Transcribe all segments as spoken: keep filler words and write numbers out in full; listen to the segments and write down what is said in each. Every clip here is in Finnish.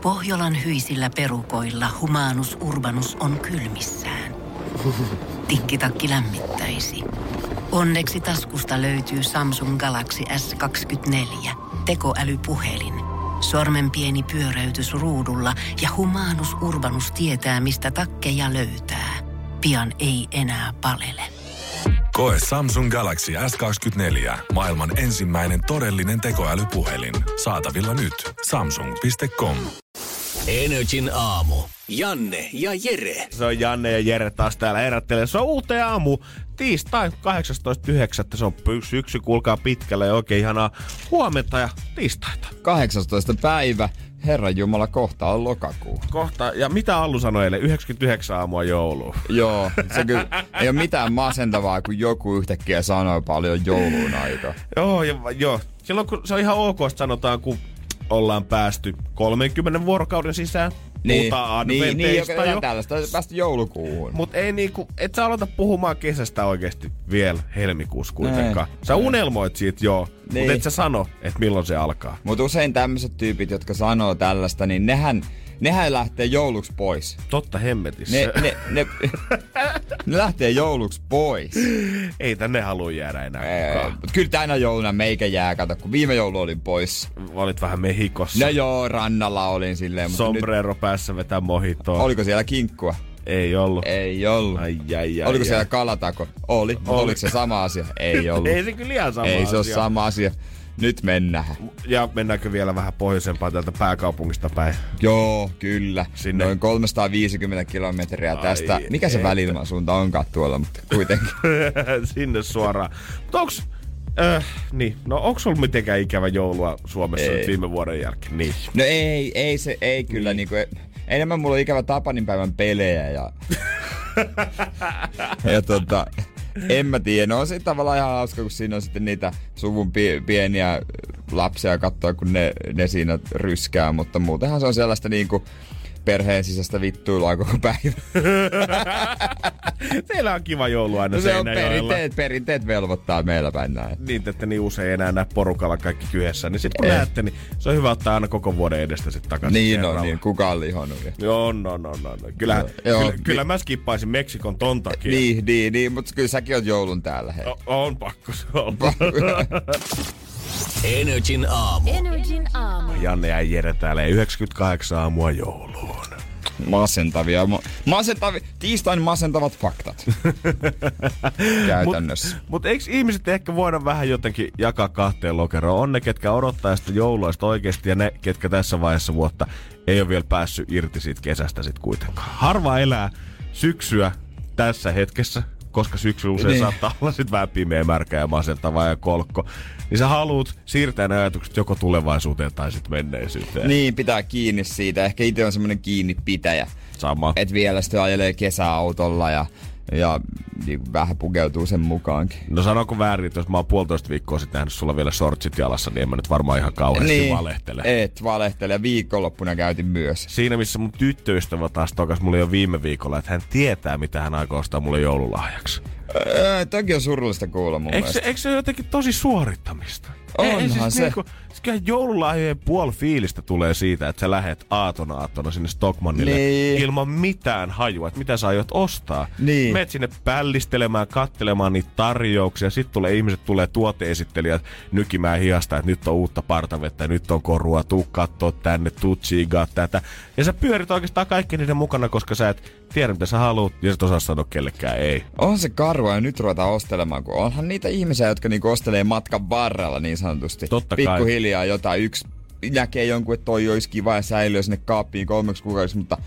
Pohjolan hyisillä perukoilla Humanus Urbanus on kylmissään. Tikkitakki lämmittäisi. Onneksi taskusta löytyy Samsung Galaxy S kaksikymmentäneljä, tekoälypuhelin. Sormen pieni pyöräytys ruudulla ja Humanus Urbanus tietää, mistä takkeja löytää. Pian ei enää palele. Koe Samsung Galaxy S kaksikymmentäneljä, maailman ensimmäinen todellinen tekoälypuhelin. Saatavilla nyt. Samsung piste com. Energin aamu. Janne ja Jere. Se on Janne ja Jere taas täällä herättelee. Se on uuteen aamu. Tiistai kahdeksastoista yhdeksättä. Se on syksy, kuulkaa pitkälle ja oikein ihanaa huomenta ja tiistaita. kahdeksastoista päivä. Herran Jumala, kohta on lokakuu. Kohta. Ja mitä Allu sanoi eilen? yhdeksänkymmentäyhdeksän aamua joulua. Joo, se kyllä ei ole mitään masentavaa, kun joku yhtäkkiä sanoo paljon jouluun aikaa. Joo, ja, joo. Silloin kun se on ihan ok, että sanotaan, kun ollaan päästy kolmenkymmenen vuorokauden sisään. Niin, Puhutaan niin, adventeista niin, jo. tällaista päästy joulukuuhun. Mut ei niinku, et sä aloita puhumaan kesästä oikeesti vielä helmikuussa kuitenkaan. Sä unelmoit siitä joo, niin. Mut et sä sano, että milloin se alkaa. Mut usein tämmöiset tyypit, jotka sanoo tällaista, niin nehän, nehän lähtee jouluksi pois. Totta hemmetissä. Ne, ne, ne, ne lähtee jouluksi pois. Ei tänne halua jäädä enää ee, Mut kyllä tänä jouluna meikä jää, kato, kun viime joulu olin pois. Olit vähän Mehikossa. No joo, rannalla olin silleen. Sombrero nyt... päässä vetää mojitoa. Oliko siellä kinkkua? Ei ollut. Ei ollut. Ai, ai, ai, Oliko ai. siellä kalatako? Oli. Oli. Oliko se sama asia? Ei ollut. Ei se kyllä ihan sama Ei asia. Ei se ole sama asia. Nyt mennään. Ja mennäänkö vielä vähän pohjoisempaan täältä pääkaupungista päin? Joo, kyllä. Sinne. Noin kolmesataaviisikymmentä kilometriä Ai tästä. Mikä se välilman suunta onkaan tuolla, mutta kuitenkin. Sinne suoraan. Mutta onks... Äh, niin. No onks ollut mitenkään ikävä joulua Suomessa nyt viime vuoden jälkeen? Niin. No ei, ei se, ei kyllä niin. Niinku... Enemmän mulla on ikävä Tapaninpäivän pelejä ja... ja tota... En mä tiedä. No on se tavallaan ihan hauska, kun siinä on sitten niitä suvun pie- pieniä lapsia katsoa, kun ne, ne siinä ryskää. Mutta muutenhan se on sellaista niinku perheen sisäistä vittuilua koko päivä. Teillä on kiva joulu aina no se on Seinäjoella. perinteet, perinteet velvoittaa meillä päin näin. Niin, että niin usein enää näe porukalla kaikki kyhdessä. Niin sit kun Eh. näette, niin se on hyvä ottaa aina koko vuoden edestä sit takaisin. Niin on, niin. Kuka on lihonnut? Joo, no, no, no. no. Kyllä, no, kyllä, joo, kyllä mi- mä skippaisin Meksikon ton takia. Niin, niin, niin, mutta kyllä säkin oot joulun täällä. Hei. O- on pakko se olla. Energin aamu. Energin aamu. Janne ja Jere täällä ja yhdeksänkymmentäkahdeksan aamua jouluun. Masentavia. Ma- masentavia. Tiistain masentavat faktat. Käytännössä. Mutta mut eikö ihmiset ehkä voida vähän jotenkin jakaa kahteen lokeroon? On ne, ketkä odottaa sitä jouluista oikeasti ja ne, ketkä tässä vaiheessa vuotta ei ole vielä päässyt irti siitä kesästä sit kuitenkaan. Harva elää syksyä tässä hetkessä, koska syksy usein niin. saattaa olla sit vähän pimeä, märkä ja masentava ja kolkko. Niin sä haluut siirtää ne ajatukset joko tulevaisuuteen tai sit menneisyyteen. Niin, pitää kiinni siitä. Ehkä itse on semmonen kiinnipitäjä. Sama. Et vielä sitten ajelee kesäautolla ja, ja niin vähän pukeutuu sen mukaankin. No sanonko väärin, että jos mä oon puolitoista viikkoa sitten nähnyt sulla vielä shortsit jalassa, niin en mä nyt varmaan ihan kauheasti niin, valehtele. Et valehtele. Ja viikonloppuna käytin myös. Siinä missä mun tyttöystävä taas tokas mulle jo viime viikolla, että hän tietää mitä hän aikoo ostaa mulle joululahjaksi. Öö, toki on surullista kuulla mun Eikö se, mielestä. eikö se ole jotenkin tosi suorittamista? Onhan ei, siis se. Niinku, siis kyllä joululahjojen puoli fiilistä tulee siitä, että sä lähet aatona aattona sinne Stockmannille niin. ilman mitään hajua, että mitä sä aiot ostaa. Niin. Meet sinne pällistelemään, kattelemaan niitä tarjouksia, sitten tulee ihmiset, tulee tuoteesittelijät nykimään hiasta, että nyt on uutta partavettä, nyt on korua, tuu kattoo tänne, tuu tsiigaa tätä. Ja sä pyörit oikeastaan kaikki niiden mukana, koska sä et tiedä mitä sä haluut, ja sä osaa sanoa kellekään ei. On se karua ja nyt ruvetaan ostelemaan, kun onhan niitä ihmisiä, jotka niinku ostelee matkan varrella niin sanotusti. Totta kai. Pikkuhiljaa jotain yksi näkee jonkun, että toi olisi kiva ja säilyy sinne kaappiin kolmeksi kuukaudeksi, mutta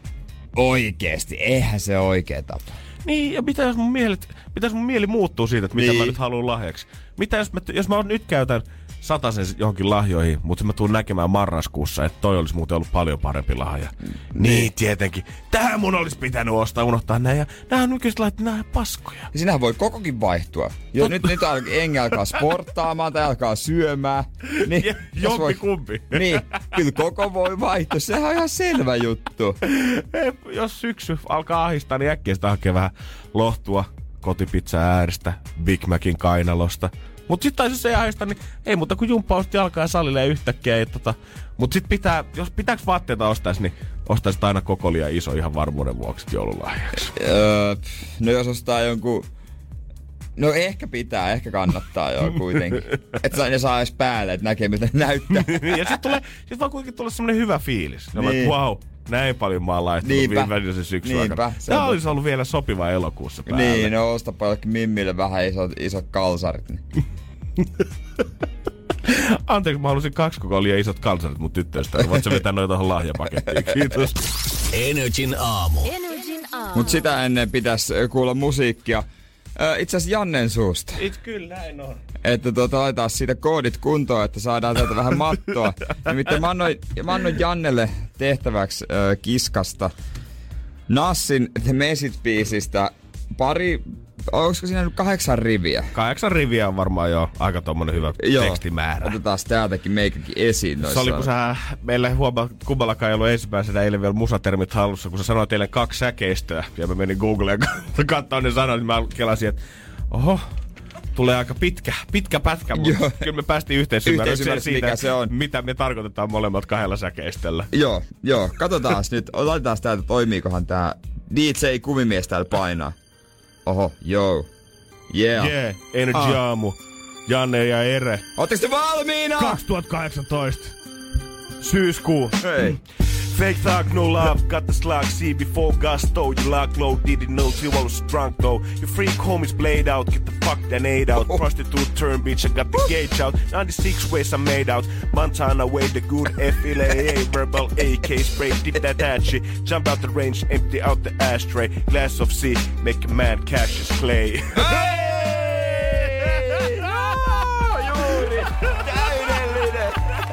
oikeesti, eihän se oikea tapa. Niin, ja mitä jos mun mieli, pitäis mun mieli muuttuu siitä, että mitä niin. mä nyt haluan lahjaksi. Mitä jos mä, jos mä nyt käytän satasen johonkin lahjoihin, mutta mä tuun näkemään marraskuussa, että toi olisi muuten ollut paljon parempi lahja. Niin, niin tietenkin. Tähän mun olisi pitänyt ostaa, unohtaa näin. Ja nää on nykyiset laittaa nää paskoja. Ja sinähän voi kokokin vaihtua. Jo, nyt, nyt al- Engi alkaa sporttaamaan tai alkaa syömään. Niin, Ja, jos jompi voi, kumpi. niin, kyllä koko voi vaihtua. Sehän on ihan selvä juttu. Jos syksy alkaa ahistaa, niin äkkiä sitä hakee vähän lohtua kotipizza ääristä, Big Macin kainalosta. Mut sit taisi se ahista, niin ei muuta kuin jumppa osti jalkaa salille ja yhtäkkiä ei tota... Mut sit pitää, jos pitääks vaatteita ostais, niin ostaisit aina koko liian iso ihan varmuuden vuoksi joululahjaksi. Öö, no jos ostaa jonkun... No ehkä pitää, ehkä kannattaa joo kuitenkin. Että ne saa edes päälle, että näkee miltä ne näyttää. Ja sit tulee, sit vaan kuitenkin tulee semmonen hyvä fiilis. Ne niin. Wow, näin paljon mä oon laittanut viimeisen syksyn aikana. Tää olisi ollut vielä sopiva elokuussa päälle. Niin, no ostapa jollekin mimmille vähän isot, isot kalsarit. Niin. Anteeksi, mä halusin kaksi koko liian isot kalsarit mun tyttöystävä. Voit sä vetää noita tohon lahjapakettiin, kiitos. Energin aamu. Energin aamu. Mut sitä ennen pitäisi kuulla musiikkia. Itse asiassa Jannen suusta. It kyllä näin on. Että tuota, laitetaan siitä koodit kuntoon, että saadaan täältä vähän mattoa. Nimittäin mä annoin, mä annoin Jannelle tehtäväksi äh, kiskasta Nassin The Message-biisistä pari, olisiko siinä nyt kahdeksan riviä? Kahdeksan riviä on varmaan jo aika tommonen hyvä Joo. tekstimäärä. Otetaan täältäkin meikäkin esiin noissa. Se oli, kun sä, meillä huomaa, kummallakaan ei ollut ensimmäisenä eilen vielä musatermit hallussa, kun sä sanoit eilen kaksi säkeistöä, ja mä menin Googleen katsomaan ne sanat, niin mä kelasin, että oho, tulee aika pitkä, pitkä pätkä, mutta Joo. kyllä me päästiin yhteisymmärrykseen siitä, mikä se on. mitä me tarkoitetaan molemmat kahdella säkeistöllä. Joo, joo, katsotaan nyt, laitetaan täältä, toimiikohan tää D J Kumimies täällä painaa. Oho, joo. Yeah. Yeah, Energy ah. Aamu. Janne ja Ere. Ootteko te valmiina? kaksituhattakahdeksantoista. Syyskuu. Hei. Fake talk, no love, got the slug, see before gusto. You lock low, didn't know till I was drunk though. Your freak homies played out, get the fuck that eight out. Oh. Prostitute turn bitch, I got the gauge out. ninety-six ways I made out. Montana way, the good F L A A. Verbal A K spray, dip that hatchet. Jump out the range, empty out the ashtray. Glass of sea, make a man Cassius Clay. Hey! Juuri! Täydellinen!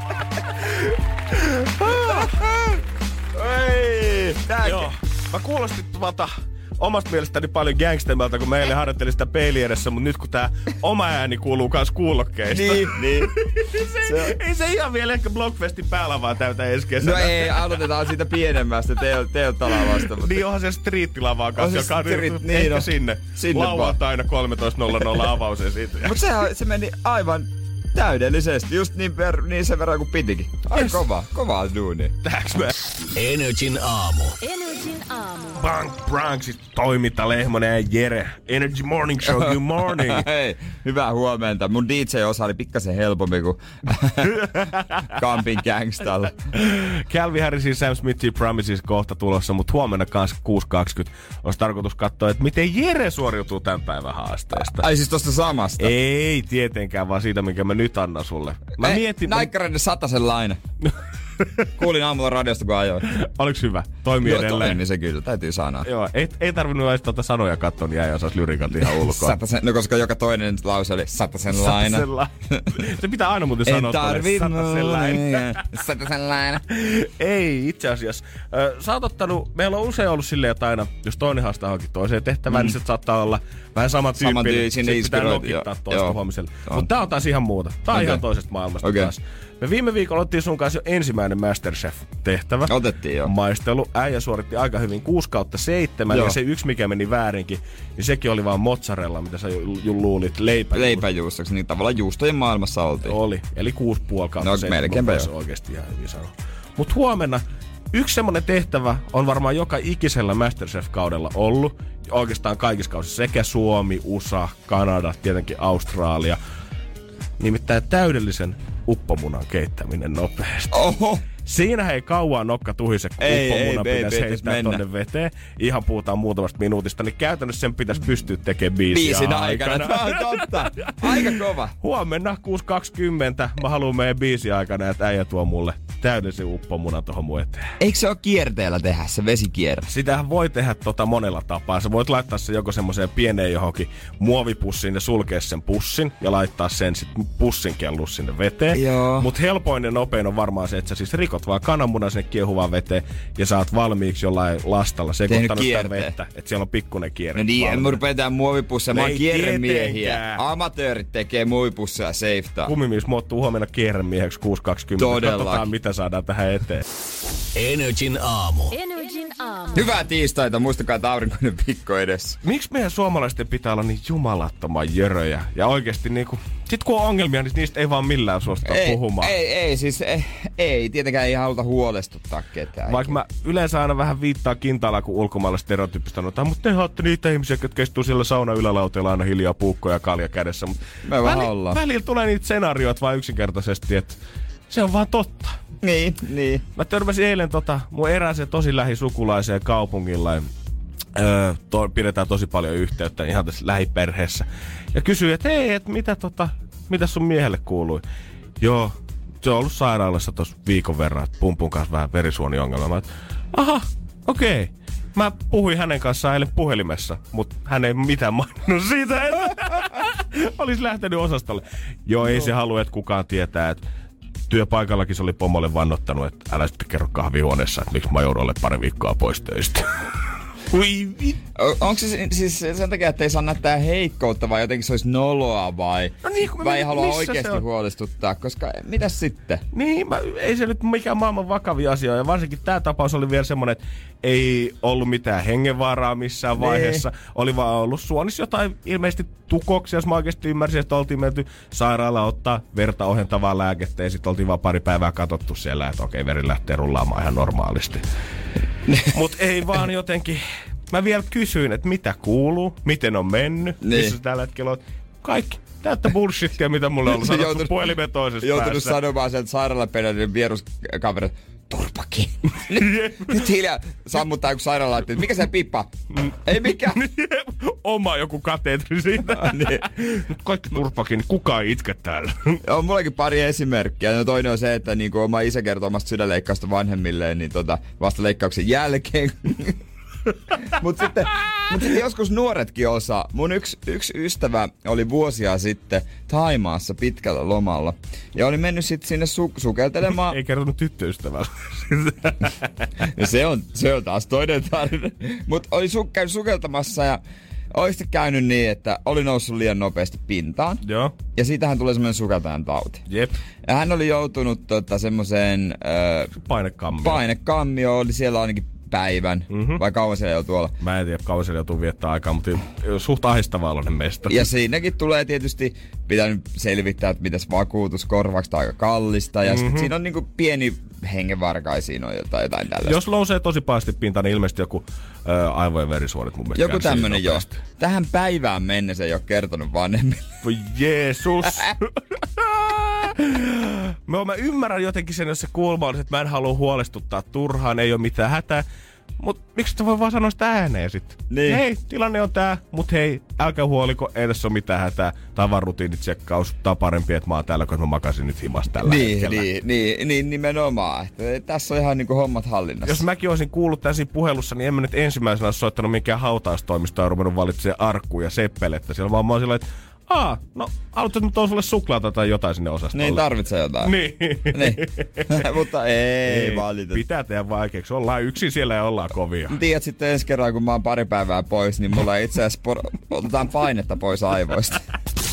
Ei! Joo. Mä kuulostin tuota omasta mielestäni paljon gangstemältä, kun meille harjoittelin sitä peili edessä, mutta nyt kun tää oma ääni kuuluu kans kuulokkeista. Niin, niin. se, se ei se ihan vielä ehkä Blockfestin päällä vaan täytä ensi kesänä. No ei, aloitetaan siitä pienemmästä Teotalavasta. Mutta... Niin onhan se streettilavaa kanssa, joka on street, niin, ehkä no, sinne. sinne Lauantaina kolmetoista nolla nolla avaus esiin. Mut se, se meni aivan täydellisesti, just niin, ver, niin sen verran kuin pitikin. Ai yes. kova, kovaa duunia. Tääks mä? Energin aamu. Energin aamu. Bank Branxit toiminta Lehmonen ja Jere. Energy Morning Show, good morning. Hei, hyvää huomenta. Mun D J-osa oli pikkasen helpompi kuin Kampin Gangstalla. Calvin Harrisin Sam Smithin Promises kohta tulossa, mutta huomenna kanssa kuusi kaksikymmentä olisi tarkoitus katsoa, että miten Jere suoriutuu tämän päivän haasteesta. Ai siis tosta samasta? Ei tietenkään, vaan siitä, minkä mä nyt annan sulle. Mä Ei, mietin... Naikkareiden satasen laina. Kuulin aamulla radiosta, kun ajoin. Oliks hyvä? Toimii Joo, edelleen. Toimi se kyllä, täytyy sanoa. Joo, ei, ei tarvinnut edes tuota sanoja katsoa, niin jäi osas lyrikat ihan ulkoa. Satasen, no koska joka toinen lause oli satasen laina. Satasen laina. Se pitää aina muuten sanoa. En tarvi satasen laina. Satasen laina. Ei, itse asiassa. Sä oot ottanut, meillä on usein ollut silleen, että aina, jos toinen haastaa johonkin toiseen tehtävään, mm. niin se saattaa olla vähän samantyyppinen. Sinne pitää nokittaa toista huomiselle. Mutta tää on taas ihan muuta. Tää on okay. ihan toisesta maailmasta okay. taas. Me viime viikolla otettiin sun kanssa jo ensimmäinen MasterChef-tehtävä. Otettiin jo. Maistelu. Äijä suoritti aika hyvin kuusi kautta seitsemän. Ja se yksi, mikä meni väärinkin, niin sekin oli vaan mozzarella, mitä sä ju- luulit. Leipäjuusto. Leipäjuustoksi. Niin tavallaan juustojen maailmassa oltiin. Oli. Eli kuusi puoli kautta no, seitsemän. Melkeinpä jo. Oikeesti ihan hyvin sanoa. Mut huomenna yksi semmonen tehtävä on varmaan joka ikisellä MasterChef-kaudella ollut. Oikeastaan kaikissa kausissa. Sekä Suomi, U S A, Kanada, tietenkin Australia. Nimittäin täydellisen uppomunan keittäminen nopeasti. Oho! Siinä ei kauan nokka tuhise, kun ei, uppomunan ei, pitäisi ei, heittää mennä. tonne veteen. Ihan puhutaan muutamasta minuutista, niin käytännössä sen pitäisi pystyä tekemään biisiä Biisin aikana. aikana. Tämä on totta. Aika kova. Huomenna kuusi kaksikymmentä mä haluan meidän biisi aikana, että äijä tuo mulle täydellisen uppomunan tohon mun eteen. Eikö se ole kierteellä tehdä, se vesikierre? Sitähän voi tehdä tota monella tapaa. Sä voit laittaa se joko semmoiseen pieneen johonkin muovipussiin ja sulkea sen pussin ja laittaa sen sit pussin kelluun sinne veteen. Joo. Mut helpoin ja nopein on varmaan se, että sä siis rikot vaan kananmunan sinne kiehuvaan veteen ja saat valmiiksi jollain lastalla sekoittanut sitä vettä, että siellä on pikkuinen kierre. No niin, en mä rupea tehdään muovipusseja. Mä oon kierremiehiä. Amatöörit tekee muovipusseja seiftaa. Kummimies muuttuu huomenna kierremieheksi kuusi kaksikymmentä. Todellakin. Katsotaan, mitä saadaan tähän eteen. Energin aamu. Energin aamu. Hyvää tiistaita, muistakaa, että aurinkoinen viikko edessä. Miksi meidän suomalaisten pitää olla niin jumalattoman jöröjä ja oikeesti niinku Sitten kun on ongelmia, niin niistä ei vaan millään suosta ei, puhumaan. Ei, ei, siis ei, ei, tietenkään ei haluta huolestuttaa ketään. Vaikka mä yleensä aina vähän viittaa kintaalla, kun ulkomailla stereotyyppistä sanotaan, mutta te haatte niitä ihmisiä, jotka istuu siellä sauna ylälauteella aina hiljaa puukkoja ja kalja kädessä. Mut me vähän ollaan. Välillä tulee niitä skenaarioita vaan yksinkertaisesti, että se on vaan totta. Niin, niin. Mä törmäsin eilen tota mun erääseen tosi lähisukulaiseen kaupungilla. Ja, öö, to, pidetään tosi paljon yhteyttä ihan tässä lähiperheessä. Ja kysyi, että hei, että mitä tota, mitä sun miehelle kuului? Joo, se on ollut sairaalassa tossa viikon verran, että pumpun kanssa vähän verisuoniongelma. Mä, että, aha, okei. Okay. Mä puhuin hänen kanssaan eilen puhelimessa, mutta hän ei mitään maininnut siitä, että olisi lähtenyt osastolle. Joo, ei no. se halua, että kukaan tietää, että työpaikallakin se oli pomolle vannottanut, että älä sitten kerro kahvihuoneessa, että miksi mä joudun olemaan pari viikkoa pois töistä. Ui vittu. Onko se siis sen takia, että ei saa näyttää heikkoutta vai jotenkin se olisi noloa vai, no niin, vai ei halua oikeasti huolestuttaa, koska mitäs sitten? Niin, mä, ei se nyt mikään maailman vakavia asia ja varsinkin tää tapaus oli vielä semmonen, että ei ollut mitään hengenvaaraa missään nee. vaiheessa. Oli vaan ollut suonissa jotain ilmeisesti tukoksia, jos mä oikeasti ymmärsin, että oltiin menty sairaalaan ottaa verta ohentavaa lääkettä ja sitten oltiin vaan pari päivää katsottu siellä, että okei, veri lähtee rullaamaan ihan normaalisti. Mut ei vaan jotenkin. Mä vielä kysyin, että mitä kuuluu, miten on mennyt, niin. missä tällä hetkellä on. Kaikki täyttä bullshittia, mitä mulle on ollut sanottu puhelimen toisessa joutunut päässä. Joutunut sanomaan sieltä sairaalapedallinen vieruskaveri, turpakin. Nyt hiljaa sammuttaa joku sairaalalaitteet. Mikä se pippa? Ei mikään. Oma joku kateetri siitä. Nyt kaikki turpakin, niin kukaan ei itke täällä. On mullakin pari esimerkkiä. No toinen on se, että niinku oma isä kertoo omasta sydänleikkausta vanhemmilleen, niin tota, vasta leikkauksen jälkeen. Mutta sitten, mut sitten joskus nuoretkin osaa. Mun yksi, yksi ystävä oli vuosia sitten Thaimaassa pitkällä lomalla. Ja oli mennyt sitten sinne su- sukeltelemaan. Ei kertonut tyttöystävällä. se, on, se on taas toinen tarina. Mutta oli su- käynyt sukeltamassa ja oli sitten käynyt niin, että oli noussut liian nopeasti pintaan. Joo. Ja siitähän tulee semmoinen sukeltajan tauti. Jep. Ja hän oli joutunut tota, semmoiseen Äh, painekammioon. Painekammioon, oli siellä ainakin päivän, mm-hmm. vai kauan siellä joutuu olla? Mä en tiedä, kauan siellä joutuu viettää aikaa, mutta suht ahdistavaa oloinen mesta. Ja siinäkin tulee tietysti, pitää nyt selvittää, että mitäs vakuutus, korvaukset aika kallista, ja mm-hmm. sitten siinä on niinku pieni hengenvarkai, siinä on jotain, jotain tällaista. Jos nousee tosi pahasti pintaan, niin ilmeisesti joku ä, aivojen verisuonet mun mielestä. Joku tämmönen jo. Tähän päivään mennessä ei ole kertonut vanhemmille. Voi Jeesus! Mä, mä ymmärrän jotenkin sen, jos se kulma on, että mä en halua huolestuttaa turhaan, ei ole mitään hätää. Mut miksi sä voi vaan sanoa sitä ääneen sitten? Niin. Hei, tilanne on tää, mut hei, älkää huoliko, ei tässä ole mitään hätää. Tavan rutiinitsekkaus, tää on parempi, että mä oon täällä, kun mä makasin nyt himassa tällä niin, hetkellä. Niin, niin, niin nimenomaan. Että tässä on ihan niinku hommat hallinnassa. Jos mäkin olisin kuullut tämän siinä puhelussa, niin en mä nyt ensimmäisenä ole soittanut minkään hautaustoimistoa ja ruvennut valitsemaan arkkuja ja seppelettä. Siellä vaan mä oon sillä, että aa, no haluatko nyt tuon sulle suklaata tai jotain sinne osastolle? Niin, tarvitsee jotain. Niin. niin. Mutta ei, ei valitettavasti. Pitää tehdä vaikeaksi. Ollaan yksin siellä ja ollaan kovia. Tiedät sitten ensi kerran, kun mä oon pari päivää pois, niin mulla itse asiassa por- otetaan painetta pois aivoista.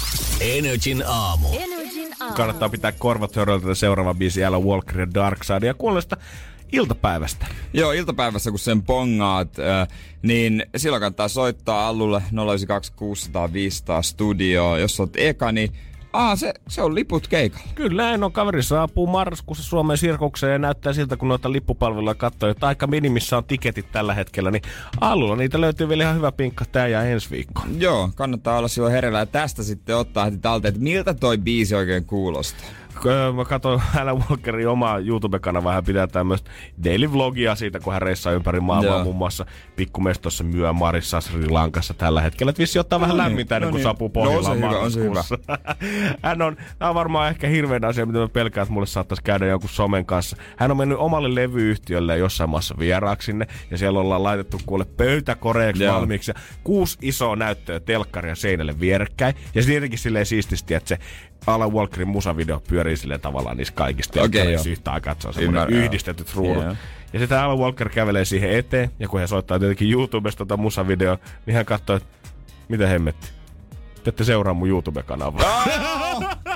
Energin aamu. Energin aamu. Kannattaa pitää korvat höröltä seuraava biisi Alan Walker ja Darkside ja kuulosta iltapäivästä. Joo, iltapäivässä kun sen pongaat, äh, niin silloin kannattaa soittaa Allulle nolla yhdeksän kaksi kuusi nolla nolla viisi nolla nolla studioon. Jos olet eka, niin Aa, se, se on liput keikalla. Kyllä, näin on. Kaveri saapuu marraskuussa Suomeen sirkukseen ja näyttää siltä, kun noita lippupalveluja katsoo, että aika minimissä on tiketit tällä hetkellä, niin Allulla niitä löytyy vielä ihan hyvä pinkka tää ja ensi viikko. Joo, kannattaa olla silloin hereillä ja tästä sitten ottaa heti talteen, että miltä toi biisi oikein kuulostaa. Mä katsoin Alan Walkerin omaa YouTube-kanavaa, hän pitää tämmöistä daily vlogia siitä, kun hän reissaa ympäri maailmaa, Joo. muun muassa pikkumestossa Myanmarissa, Sri Lankassa tällä hetkellä. Että vissi ottaa no vähän niin, lämmintä ennen no kuin niin. saapuu Pohjolaan no, marraskuussa. Hän on, tämä on varmaan ehkä hirveän asia, mitä mä pelkään, että mulle saattaisi käydä jonkun somen kanssa. Hän on mennyt omalle levyyhtiölle jossain maassa vieraaksi sinne, ja siellä ollaan laitettu kuule pöytäkoreeksi Joo. valmiiksi. Ja kuusi isoa näyttöä telkkaria seinälle vierekkäin. Ja se tietenkin silleen siististi, että se Alan Walkerin musavideo pyörii silleen tavallaan niissä kaikissa telkkareissa okay, yhtä aikaa, että se on semmoinen yhdistetyt ruudut. Yeah. Ja sitten Alan Walker kävelee siihen eteen, ja kun hän soittaa tietenkin YouTubesta tota musavideoa, niin hän katsoo, että mitä hemmetti, te ette seuraa mun YouTube-kanavaa.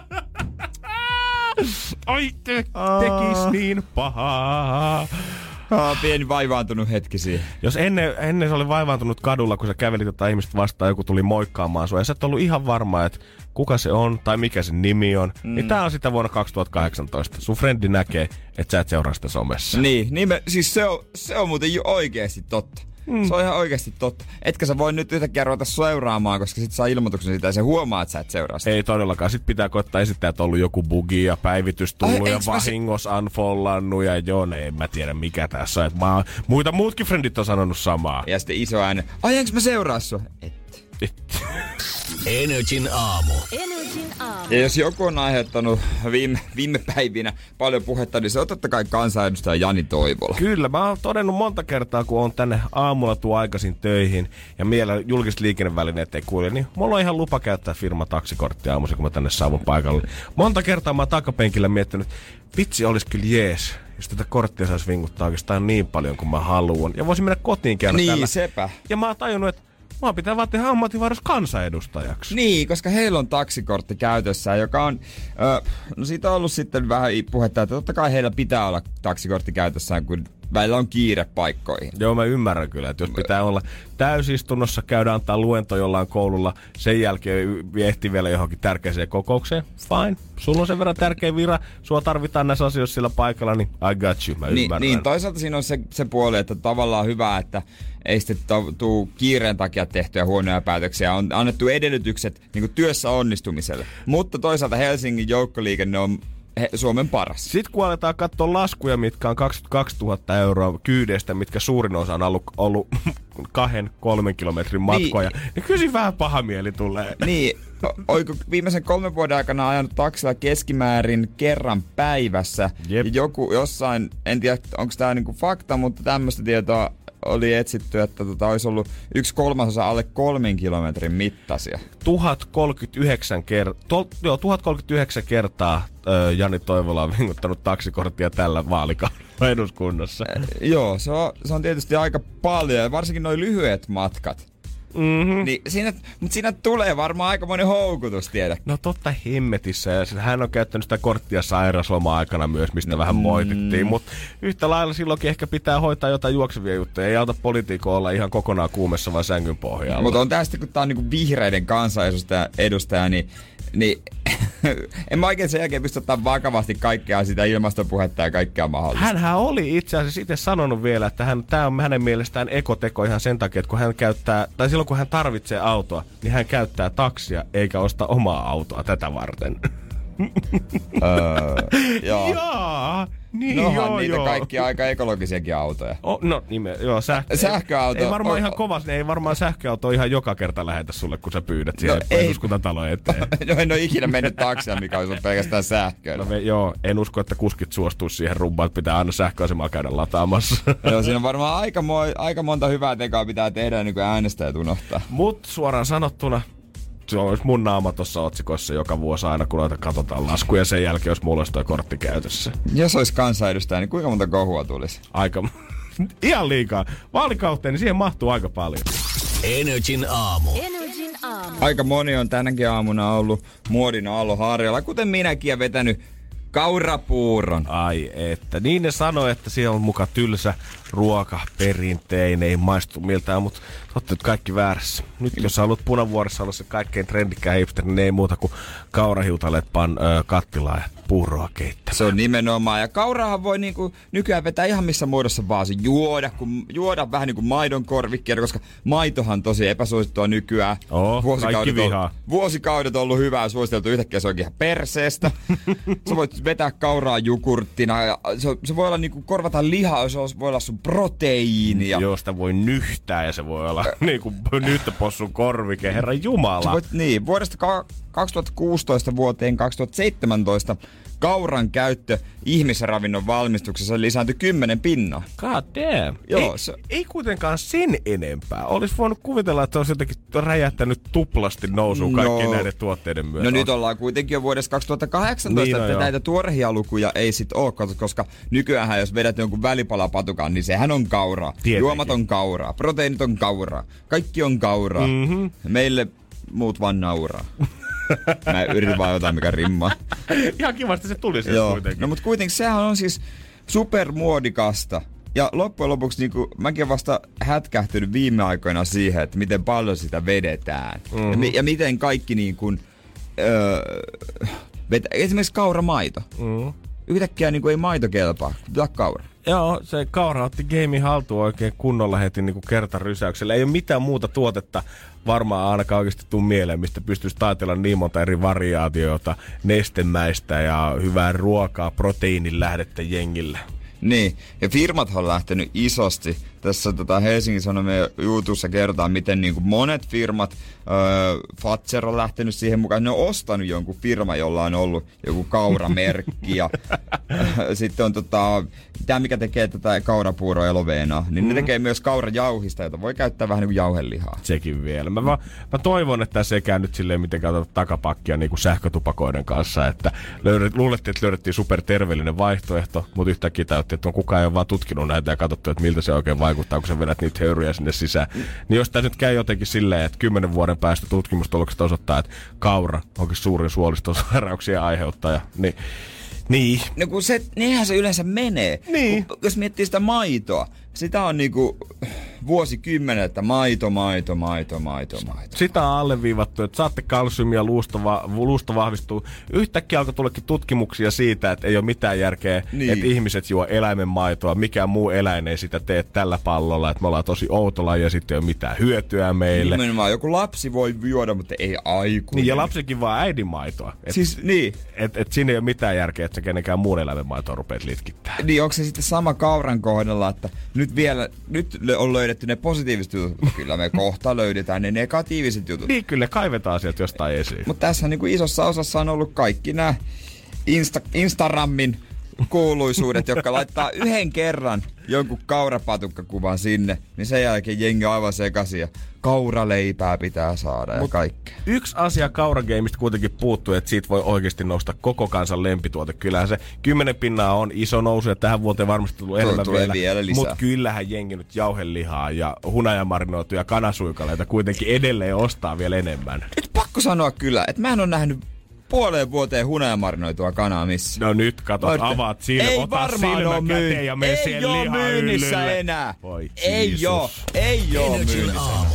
Ai te tekis niin pahaa. Oh, pieni vaivaantunut hetki siihen. Jos ennen, ennen se oli vaivaantunut kadulla, kun sä kävelit jotain ihmistä vastaan, joku tuli moikkaamaan sua, ja sä et ollut ihan varma, että kuka se on tai mikä sen nimi on, mm. niin tää on sitä vuonna kaksituhattakahdeksantoista. Sun frendi näkee, että sä et seuraa sitä somessa. Niin, niin me, siis se on, se on muuten jo oikeesti totta. Mm. Se on ihan oikeesti totta. Etkä sä voi nyt yhtäkkiä ruveta seuraamaan, koska sit saa ilmoituksen siitä ja se huomaa, että sä et seuraa sitä. Ei todellakaan. Sit pitää koittaa esittää, että on ollut joku bugi ja päivitys tullut ja vahingos se... unfollannut ja joo, ne, en mä tiedä mikä tässä on. Mä, muita muutkin frendit on sanonut samaa. Ja sitten iso ääni. Ai enks mä seuraa sua? Et. Et. Energin aamu. Energin aamu. Ja jos joku on aiheuttanut viime, viime päivinä paljon puhetta, niin se on totta kai kansanedustaja Jani Toivola. Kyllä, mä oon todennut monta kertaa, kun on tänne aamulla tuo aikaisin töihin ja mielellä julkiset liikennevälineet ei kuule, niin mulla on ihan lupa käyttää firman taksikorttia aamuisin, kun mä tänne saavun paikalle. Monta kertaa mä oon takapenkillä miettinyt, vitsi olis kyllä jees, jos tätä korttia saisi vinguttaa oikeastaan niin paljon kuin mä haluan. Ja voisin mennä kotiin käydä niin, tällä. sepä. Ja mä oon tajunnut, että mä pitää vaan tehdä ammatinvaihdos kansanedustajaksi. Niin, koska heillä on taksikortti käytössä, joka on... Ö, no siitä on ollut sitten vähän puhetta, että totta kai heillä pitää olla taksikortti käytössään, kun välillä on kiire paikkoihin. Joo, mä ymmärrän kyllä, että jos pitää olla täysistunnossa, käydä antaa luento jollain koululla, sen jälkeen ehti vielä johonkin tärkeäseen kokoukseen, fine. Sulla on sen verran tärkeä vira, sua tarvitaan näissä asioissa sillä paikalla, niin I got you, mä niin, ymmärrän. Niin, toisaalta siinä on se, se puoli, että tavallaan hyvä, että ei sitten tule kiireen takia tehtyjä huonoja päätöksiä. On annettu edellytykset niin kuin työssä onnistumiselle. Mutta toisaalta Helsingin joukkoliikenne on he, Suomen paras. Sitten kun aletaan katsoa laskuja, mitkä on kaksikymmentäkaksituhatta euroa kyydeistä, mitkä suurin osa on ollut, ollut kahden, kolmen kilometrin matkoja, niin, niin kyllä vähän paha mieli tulee. Niin, oiko viimeisen kolmen vuoden aikana ajanut taksilla keskimäärin kerran päivässä. Jep. Ja joku jossain, en tiedä onko tämä niinku fakta, mutta tämmöistä tietoa oli etsitty, että tota, olisi ollut yksi kolmasosa alle kolmen kilometrin mittaisia. tuhat kolmekymmentäyhdeksän, ker- to- joo, tuhat kolmekymmentäyhdeksän kertaa ö, Jani Toivola on vinguttanut taksikorttia tällä vaalikaudella eduskunnassa. Äh, joo, se on, se on tietysti aika paljon, varsinkin nuo lyhyet matkat. Mm-hmm. Niin siinä, mutta siinä tulee varmaan aikamoinen houkutus, tiedä. No totta hemmetissä, ja hän on käyttänyt sitä korttia sairausloma-aikana myös, mistä no, vähän moitittiin, mm. mutta yhtä lailla silloinkin ehkä pitää hoitaa jotain juoksevia juttuja. Ei auta poliitikkoa olla ihan kokonaan kuumessa vaan sängyn pohjalla. Mutta on tästä, kun tää on niinku vihreiden kansanedustaja, edustaja, niin, niin en mä oikein sen jälkeen pysty ottaa vakavasti kaikkea sitä ilmastopuhetta ja kaikkea mahdollista. Hänhän oli itse asiassa itse sanonut vielä, että hän, tää on hänen mielestään ekoteko ihan sen takia, että kun hän käyttää, tai silloin kun hän tarvitsee autoa, niin hän käyttää taksia eikä osta omaa autoa tätä varten. öö, joo. Jaa, niin Nohan joo, niitä joo. kaikki aika ekologisiakin autoja. Oh, no nime, joo, sähkö, sähköauto. Ei, ei varmaan on, ihan kovasti, ei varmaan sähköauto ihan joka kerta lähetä sulle, kun sä pyydät siihen no, eduskuntatalon eteen. No en ole ikinä mennyt taksia, mikä olisi ollut pelkästään sähköä. No me, joo, en usko, että kuskit suostuisi siihen rumbaan, että pitää aina sähköasemaa käydä lataamassa. Joo, siinä on varmaan aika, mo- aika monta hyvää tekoa pitää tehdä, niin kuin äänestäjät unohtaa. Mut suoraan sanottuna, se olisi mun naama tuossa otsikossa joka vuosi aina, kun noita katsotaan laskuja sen jälkeen, jos mulla olisi toi kortti käytössä. Jos olisi kansanedustaja, niin kuinka monta kohua tulisi? Aika... Ihan liikaa. Vaalikauteen, niin siihen mahtuu aika paljon. Energin aamu. Energin aamu. Aika moni on tänäkin aamuna ollut muodin aallonharjalla, kuten minäkin, ja vetänyt kaurapuuron. Ai että. Niin ne sanoo, että siellä on muka tylsä ruoka, perinteinen, ei maistu miltään, mutta totta nyt kaikki väärässä. Nyt jos sä haluat Punavuoressa olla se kaikkein trendikkää hipster, niin ei muuta kuin kaurahiutaleet pan ö, kattilaa ja puuroa keittää. Se on nimenomaan. Ja kauraahan voi niinku nykyään vetää ihan missä muodossa vaan se juoda, kun juoda vähän niinku maidon korvikkeita, koska maitohan on tosi epäsuosittua nykyään. Oh, vuosikaudet, kaikki on, vuosikaudet on ollut hyvää, suositeltu, yhtäkkiä se onkin ihan perseestä. Sä voit vetää kauraa jogurttina ja se, se voi olla niinku korvata lihaa, se voi olla sun proteiinia. Joo, sitä voi nyhtää ja se voi olla niinku nyhtöpossun korvike, herra jumala. Voit, niin, vuodesta kaksituhattakuusitoista vuoteen kaksituhattaseitsemäntoista kauran käyttö ihmisravinnon valmistuksessa lisääntyi kymmenen pinnaa. God damn. Joo, ei, se... ei kuitenkaan sen enempää. Olisi voinut kuvitella, että olisi jotenkin räjähtänyt tuplasti nousuun kaikkien no, näiden tuotteiden myötä. No nyt ollaan kuitenkin jo vuodessa kaksituhattakahdeksantoista, niin, no, että näitä tuorehia lukuja ei sit oo, koska nykyäänhän jos vedät jonkun välipalapatukan, niin sehän on kauraa. Tietenkin. Juomat on kauraa, proteiinit on kauraa, kaikki on kauraa. Mm-hmm. Meille muut vaan nauraa. Mä yritin vaan jotain, mikä rimmaa. Ihan kivasti se tuli sieltä Joo. kuitenkin. No mut kuitenkin sehän on siis supermuodikasta Ja loppujen lopuksi niin kuin, mäkin olen vasta hätkähtynyt viime aikoina siihen, että miten paljon sitä vedetään. Mm-hmm. Ja, mi- ja miten kaikki niin kuin, öö, vetä- esimerkiksi kauramaito. Mm-hmm. Yhtäkkiä niin kuin ei maito kelpaa, pitää kaura. Joo, se kaura otti gamein haltuun oikein kunnolla heti niin kuin kertarysäyksellä. Ei ole mitään muuta tuotetta varmaan ainakaan oikeasti tuu mieleen, mistä pystyisi taitella niin monta eri variaatioita nestemäistä ja hyvää ruokaa, proteiinin lähdettä jengille. Niin, ja firmat on lähtenyt isosti. Tässä tota, Helsingin Sanomien jutussa kerrotaan, miten niin kuin monet firmat, öö, Fazer on lähtenyt siihen mukaan, ne on ostanut jonkun firma, jolla on ollut joku kauramerkki. Ja sitten on tota, tämä, mikä tekee tätä kaurapuuroa eloveenaa, niin mm. ne tekee myös kaurajauhista, jota voi käyttää vähän niin kuin jauhelihaa. Sekin vielä. Mä, mä, mä toivon, että se ei käy nyt silleen mitenkään takapakkia niin kuin sähkötupakoiden kanssa, että löydet, luulettiin, että löydettiin superterveellinen vaihtoehto, mutta yhtäkkiä täytti, että on kukaan ei ole vaan tutkinut näitä ja katsottu, että miltä se oikein vaikuttaa, kun sä vedät niitä höyryjä sinne sisään. Mm. Niin jos tää nyt käy jotenkin silleen, että kymmenen vuoden päästä tutkimustulokset osoittaa, että kaura onkin suurin suolistosairauksien aiheuttaja, niin... Niin. No kun se, niinhän se yleensä menee. Niin. Kun, jos miettii sitä maitoa, sitä on niinku vuosikymmenet, että maito, maito, maito, maito, maito. Sitä on alleviivattu, että saatte kalsiumia, luusto, va- luusto vahvistuu. Yhtäkkiä alkoi tullakin tutkimuksia siitä, että ei ole mitään järkeä, niin. että ihmiset juo eläimen maitoa. Mikään muu eläin ei sitä tee tällä pallolla, että me ollaan tosi outo laji ja sitten ei ole mitään hyötyä meille. Nimenomaan joku lapsi voi juoda, mutta ei aikuinen. Niin, ja lapsikin vaan äidin maitoa. Et, siis niin. Että et siinä ei ole mitään järkeä, että sä kenenkään muun eläimen maitoa rupeat litkittää. Niin, onko se sitten sama kauran kohdalla, että nyt vielä, nyt on löydetty ne positiiviset jutut, kyllä me kohta löydetään ne negatiiviset jutut. Niin, kyllä kaivetaan sieltä jostain esiin. Mutta tässä niin kuin isossa osassa on ollut kaikki nämä Insta, Instagramin kuuluisuudet, jotka laittaa yhden kerran jonkun kaurapatukkakuvan sinne, niin sen jälkeen jengi on aivan sekaisin ja kauraleipää pitää saada ja kaikkea. Yksi asia kaurageimista kuitenkin puuttuu, että siitä voi oikeasti nousta koko kansan lempituote. Kyllähän se kymmenen pinnaa on iso nousu ja tähän vuoteen varmasti tullut enemmän tulee vielä. vielä lisää. Mutta kyllähän jengi nyt jauhelihaa ja hunajamarinoituja kanasuikaleita kuitenkin edelleen ostaa vielä enemmän. Nyt pakko sanoa kyllä, että mä en ole nähnyt puoleen vuoteen hunajamarinoitua kanaa missä. No nyt katot, Voitte. avaat silmä, ei ota silmä käteen ja mene siihen lihan Ei oo myynnissä yllylle. enää. Voi ei Jesus. oo, ei oo myynnissä aamu.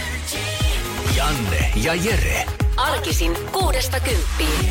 Janne ja Jere. Arkisin kuudesta kymppiin.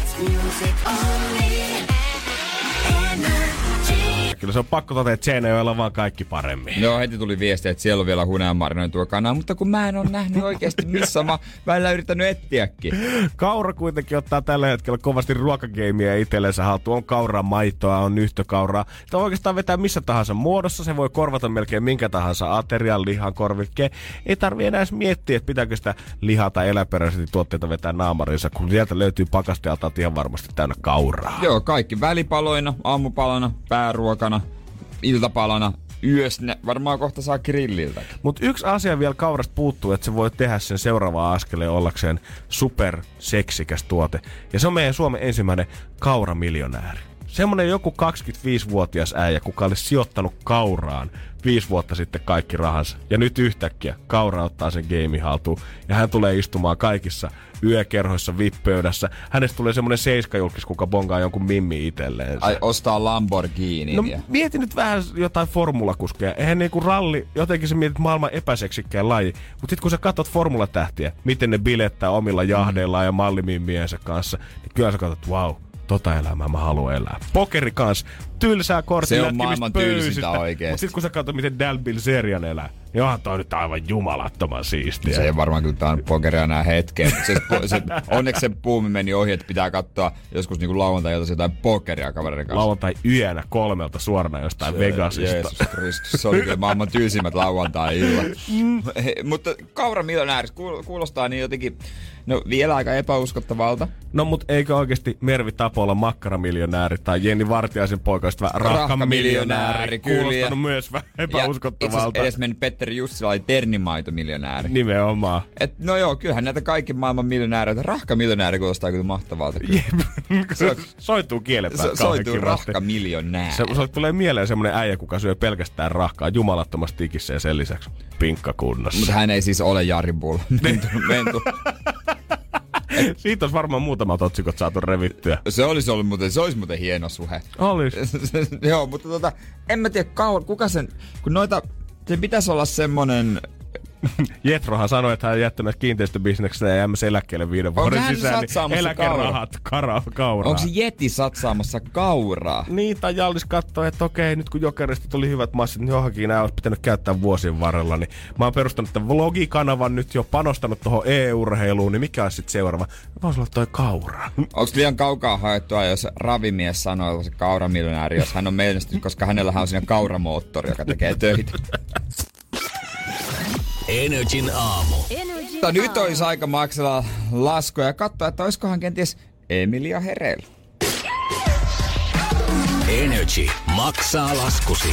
Kyllä se on pakko totea, että Seinäjoella on vaan kaikki paremmin. No heti tuli viesti, että siellä on vielä hunajamarinoitua kanaa, mutta kun mä en ole nähnyt oikeasti missä mä välillä yrittänyt etsiäkin. Kaura kuitenkin ottaa tällä hetkellä kovasti ruokageimiä itsellensä haltuun. On kauraa maitoa, on nyhtökauraa. Sitä voi oikeastaan vetää missä tahansa muodossa. Se voi korvata melkein minkä tahansa aterian, lihan, korvikkeen. Ei tarvii enää edes miettiä, että pitääkö sitä lihaa tai eläperäisesti tuotteita vetää naamarinsa, kun sieltä löytyy pakastealta ihan varmasti täynnä kauraa. Joo, kaikki välipaloina, aamupalana, pääruokana, iltapalana, yösnä. Varmaan kohta saa grilliltä. Mutta yksi asia vielä kaurasta puuttuu, että se voi tehdä sen seuraavaan askeleen ollakseen superseksikäs tuote. Ja se on meidän Suomen ensimmäinen kauramiljonääri. Semmoinen joku kaksikymmentäviisivuotias äijä, kuka olisi sijoittanut kauraan viisi vuotta sitten kaikki rahansa. Ja nyt yhtäkkiä kaura ottaa sen game haltuun. Ja hän tulee istumaan kaikissa yökerhoissa, vippöydässä. Hänestä tulee semmoinen seiskajulkis, kuka bongaa jonkun mimmi itselleen. Ai ostaa Lamborghini. No mieti nyt vähän jotain formulakuskeja. Eihän niinku ralli, jotenkin sä mietit maailman epäseksikkään laji. Mutta sit kun sä katsot formulatähtiä, miten ne bilettää omilla jahdeillaan ja mallimimmiensä kanssa, niin kyllä sä katsot, wow. Tota elämää mä haluan elää. Pokeri kans. Tylsää kortin. Se on maailman tylsintä oikeesti. Mut sit kun sä katsot, miten Dal Bilzerian elää, niin onhan toi nyt aivan jumalattoman siistiä. Se ei varmaan kyllä tää pokeria nää hetken. Se, se, onneksi se puumi meni ohi, että pitää katsoa joskus niinku lauantai-iltaisin jotain pokeria kaverin kanssa. Lauantai yönä kolmelta suorana jostain se, Vegasista. Jeesus Kristus, se oli kyllä maailman tylsimmät lauantai-illat. Mutta kauramiljonääris kuulostaa niin jotenkin, no vielä aika epäuskottavalta. No mut eikö oikeesti Mervi Tapola makkaramiljonääri tai Jenni Vartiaisen poika rahkamiljonääri kuulostanut myös vähän epäuskottavalta. Ja edes mennyt Petteri Jussila oli ternimaitomiljonääri. Nimenomaan. Et no joo, kyllähän näitä kaikki maailman miljonääreitä. Rahkamiljonääri kuulostaa kyllä mahtavalta. Se soituu kielenpään. So, soituu rahkamiljonääri. Se, se tulee mieleen semmonen äijä, kuka syö pelkästään rahkaa jumalattomasti tikissä ja sen lisäksi pinkkakunnossa. Mutta hän ei siis ole Jari Bull. Mentu, mentu. Siitä olisi varmaan muutamat otsikot saatu revittyä. Se olisi ollut muuten, se olisi muuten hieno suhe. Olis. Joo, mutta tota, en mä tiedä kauan, kuka sen, kun noita, se pitäisi olla semmonen... Jetrohan sanoi, että hän on jättänyt kiinteistöbisneksestä ja jäämässä eläkkeelle viiden vuoden sisään, niin eläkerahat kara, kauraa. Onko se Jeti satsaamassa kauraa? Niin, tai Jallis katsoi, että okei, nyt kun Jokerista tuli hyvät massit, niin johonkin nämä olisi pitänyt käyttää vuosien varrella. Niin mä oon perustanut tämän vlogikanavan nyt jo, panostanut tuohon e-urheiluun, niin mikä olisi sitten seuraava? Voisi olla toi kaura. Onko liian kaukaa haettua, jos ravimies sanoo, se kauramiljonääri, jos hän on menestynyt, koska hänellähän on siinä kauramoottori, joka tekee töitä. Energin aamu. Mutta nyt olisi aika maksella laskuja ja katsoa, että olisikohan kenties Emilia hereillä. Energy maksaa laskusi.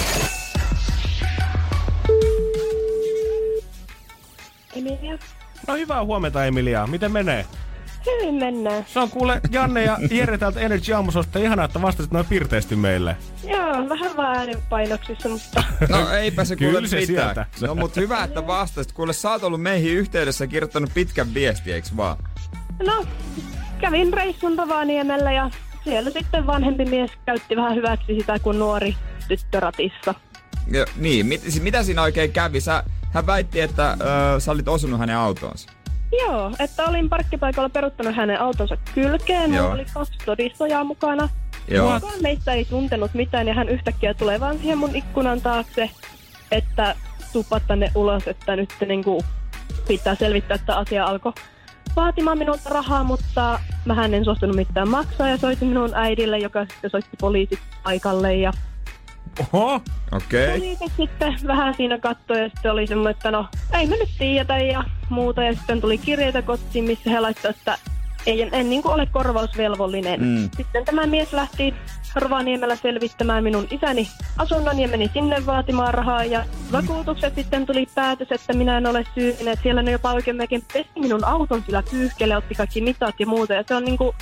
Emilia. No hyvää huomenta, Emilia. Miten menee? Hyvin mennään. Se on kuule Janne ja Jere täältä Energy aamusosta. Ihanaa, että vastasit noin pirteästi meille. Joo, vähän vaan äänenpainoksissa, mutta... No eipä se kuule se mitään. Sieltä. No mut hyvä, että vastasit. Kuule, sä oot ollut meihin yhteydessä ja kirjoittanut pitkän viesti, eiks vaan? No, kävin reissun Rovaniemellä ja siellä sitten vanhempi mies käytti vähän hyväksi sitä, kun nuori tyttö ratissa. Ja, niin, mit, mitä siinä oikein kävi? Sä, hän väitti, että ö, sä olit osunut hänen autoonsa. Joo, että olin parkkipaikalla peruttanut hänen autonsa kylkeen. Mulla oli kaksi todistajaa mukana. Joo. Kukaan meistä ei tuntenut mitään ja hän yhtäkkiä tulee vaan siihen mun ikkunan taakse, että tuppa tänne ulos, että nyt niinku pitää selvittää, että asia alkoi vaatimaan minulta rahaa, mutta mä en suostunut mitään maksaa ja soitin minun äidille, joka sitten soitti poliisit paikalle ja Oho, okei. Okay. poliisit sitten vähän siinä kattoi ja sitten oli semmoinen, että no ei me nyt tiedetä ja muuta ja sitten tuli kirjeitä kotiin, missä he laittoivat, että ei, en, en niin kuin ole korvausvelvollinen. Mm. Sitten tämä mies lähti Rovaniemellä selvittämään minun isäni asunnon ja meni sinne vaatimaan rahaa. Ja vakuutukset sitten tuli päätös, että minä en ole syyllinen. Siellä ne jopa oikein melkein pesi minun auton sillä pyyhkeellä, otti kaikki mitat ja muuta. Ja se on niinku...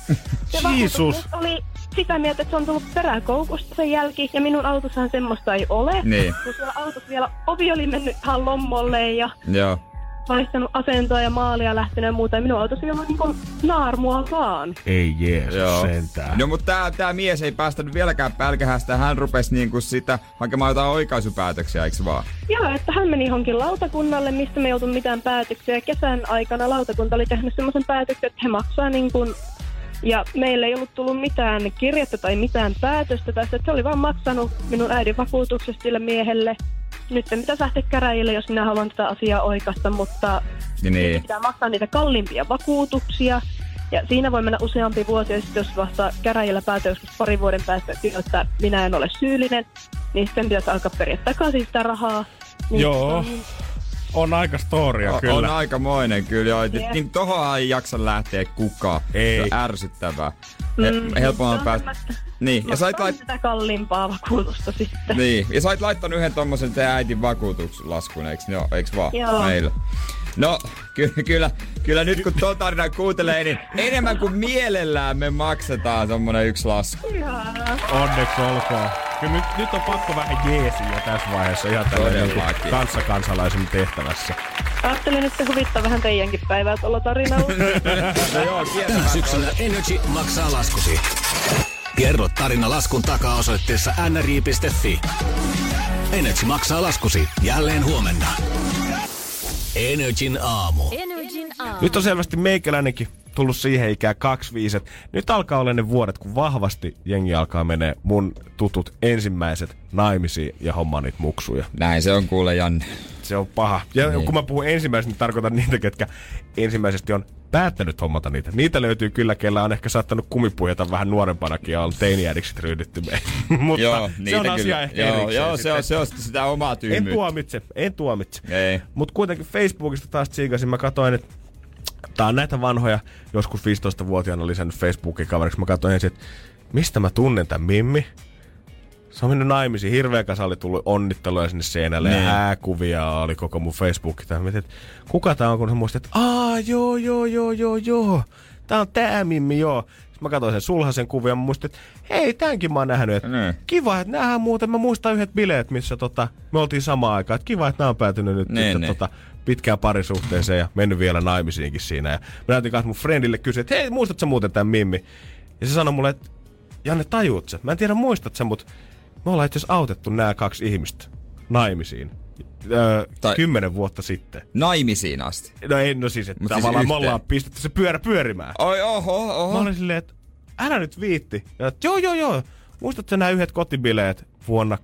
Se vakuutus oli sitä mieltä, että se on tullut peräkoukusta sen jälki. Ja minun autossahan semmoista ei ole. Niin. Kun siellä autossa vielä ovi oli mennyt ihan lommolle ja... Joo. Vaihtanut asentoa ja maalia lähtenyt ja muuta. Ja minun autossa on niinku naarmua vaan. Ei Jeesus Joo. sentään. No mutta tää, tää mies ei päästänyt vieläkään pälkähästä. Hän rupesi niinku sitä hakemaan jotain oikaisupäätöksiä, eiks vaan? Joo, että hän meni johonkin lautakunnalle, mistä me ei oltu mitään päätöksiä. Kesän aikana lautakunta oli tehnyt semmoisen päätöksen, että he maksaa niin kuin... Ja meillä ei ollut tullut mitään kirjettä tai mitään päätöstä tästä. Että se oli vaan maksanut minun äidin vakuutuksesta sille miehelle. Nyt pitäisi lähteä käräjille, jos minä haluan tätä asiaa oikaista, mutta niin. Pitää maksaa niitä kalliimpia vakuutuksia. Ja siinä voi mennä useampi vuosi, ja sitten jos vasta käräjillä päätös joskus parin vuoden päästä, että minä en ole syyllinen, niin sitten pitäisi alkaa periä takaisin sitä rahaa. Niin Joo, on, on aika storia o, kyllä. On aikamoinen kyllä, joo. Yeah. Niin tohonhan ei jaksa lähteä kukaan. Ei. Se on ärsyttävää. He, Mm, helpommin se on päästä... Niin, ja sait lait... sitä kalliimpaa vakuutusta sitten. Niin, ja sait laittanut yhden tommosen teidän äitin vakuutuslaskun, eiks, no, eiks vaan? Joo. Meillä. No, ky- kyllä, kyllä nyt kun tuon tarinan kuuntelee, niin enemmän kuin mielellään me maksetaan tommonen yksi lasku. Ihanaa. Onneksi olkoon. Kyllä nyt, nyt on pakko vähän jeesiä tässä vaiheessa ihan tällainen niin kanssakansalaisen tehtävässä. Ajattelin, että huvittaa vähän teidänkin päivää tuolla tarinalla. No joo, kieltämättä. Syksyllä Energy maksaa laskusi. Kerro tarina laskun takaa osoitteessa n r j piste f i. Energy maksaa laskusi jälleen huomenna. Energin aamu. Energin aamu. Nyt on selvästi meikäläinenkin tullut siihen ikään kaksikymmentäviisi. Nyt alkaa olla ne vuodet, kun vahvasti jengi alkaa menee mun tutut ensimmäiset naimisiin ja hommaa niitä muksuja. Näin se on kuule, Janne. Se on paha. Ja niin. Kun mä puhun ensimmäisestä, niin tarkoitan niitä, ketkä ensimmäisesti on päättänyt hommata niitä. Niitä löytyy kyllä, kellä on ehkä saattanut kumipuhjata vähän nuorempanakin ja on teiniäidiksi ryhdytty meihin. Mutta joo, se on asia kyllä. ehkä Joo, erikseen. joo se, on, se on sitä omaa tyhmyyttä. En tuomitse, en tuomitse. Ei. Mutta kuitenkin Facebookista taas tsiikasin. Mä katsoin, että tää on näitä vanhoja, joskus viisitoistavuotiaana lisännyt Facebookin kaveriksi. Mä katsoin ensin, että mistä mä tunnen tän Mimmi. Se on mennyt naimisiin. Hirveä kasa oli tullut onnitteluja sinne seinälle ja hääkuvia oli koko mun Facebookki. Mä mietin, että kuka tää on, kun se muistaa, että aah, joo, joo, joo, joo, joo. Tää on tää Mimmi, joo. Sitten Mä katsoin sen sulhasen kuvion, mä muistin, että hei, tämänkin mä oon nähnyt. Että mm. kiva, että näähän muuten, mä muistan yhdet bileet, missä tota, me oltiin samaan aikaan. Että kiva, että nää on päätynyt nyt ne, sitten, ne. Tota, pitkään parisuhteeseen ja mennyt vielä naimisiinkin siinä. Ja mä näytin kanssa mun friendille kysyä, että hei, muistatko sä muuten tämän Mimmi? Ja se sanoi mulle, että Janne, tajuut sä? Mä en tiedä muistat sä, mutta me ollaan itse asiassa autettu nämä kaksi ihmistä naimisiin. Öö, tai kymmenen vuotta sitten. Naimisiin asti? No ei, no siis, että Mut tavallaan siis me ollaan pistetty se pyörä pyörimään. Oi, oho, oho. Mä olin silleen, että älä nyt viitti. Ja että joo, joo, joo. Muistatko nämä yhdet kotibileet vuonna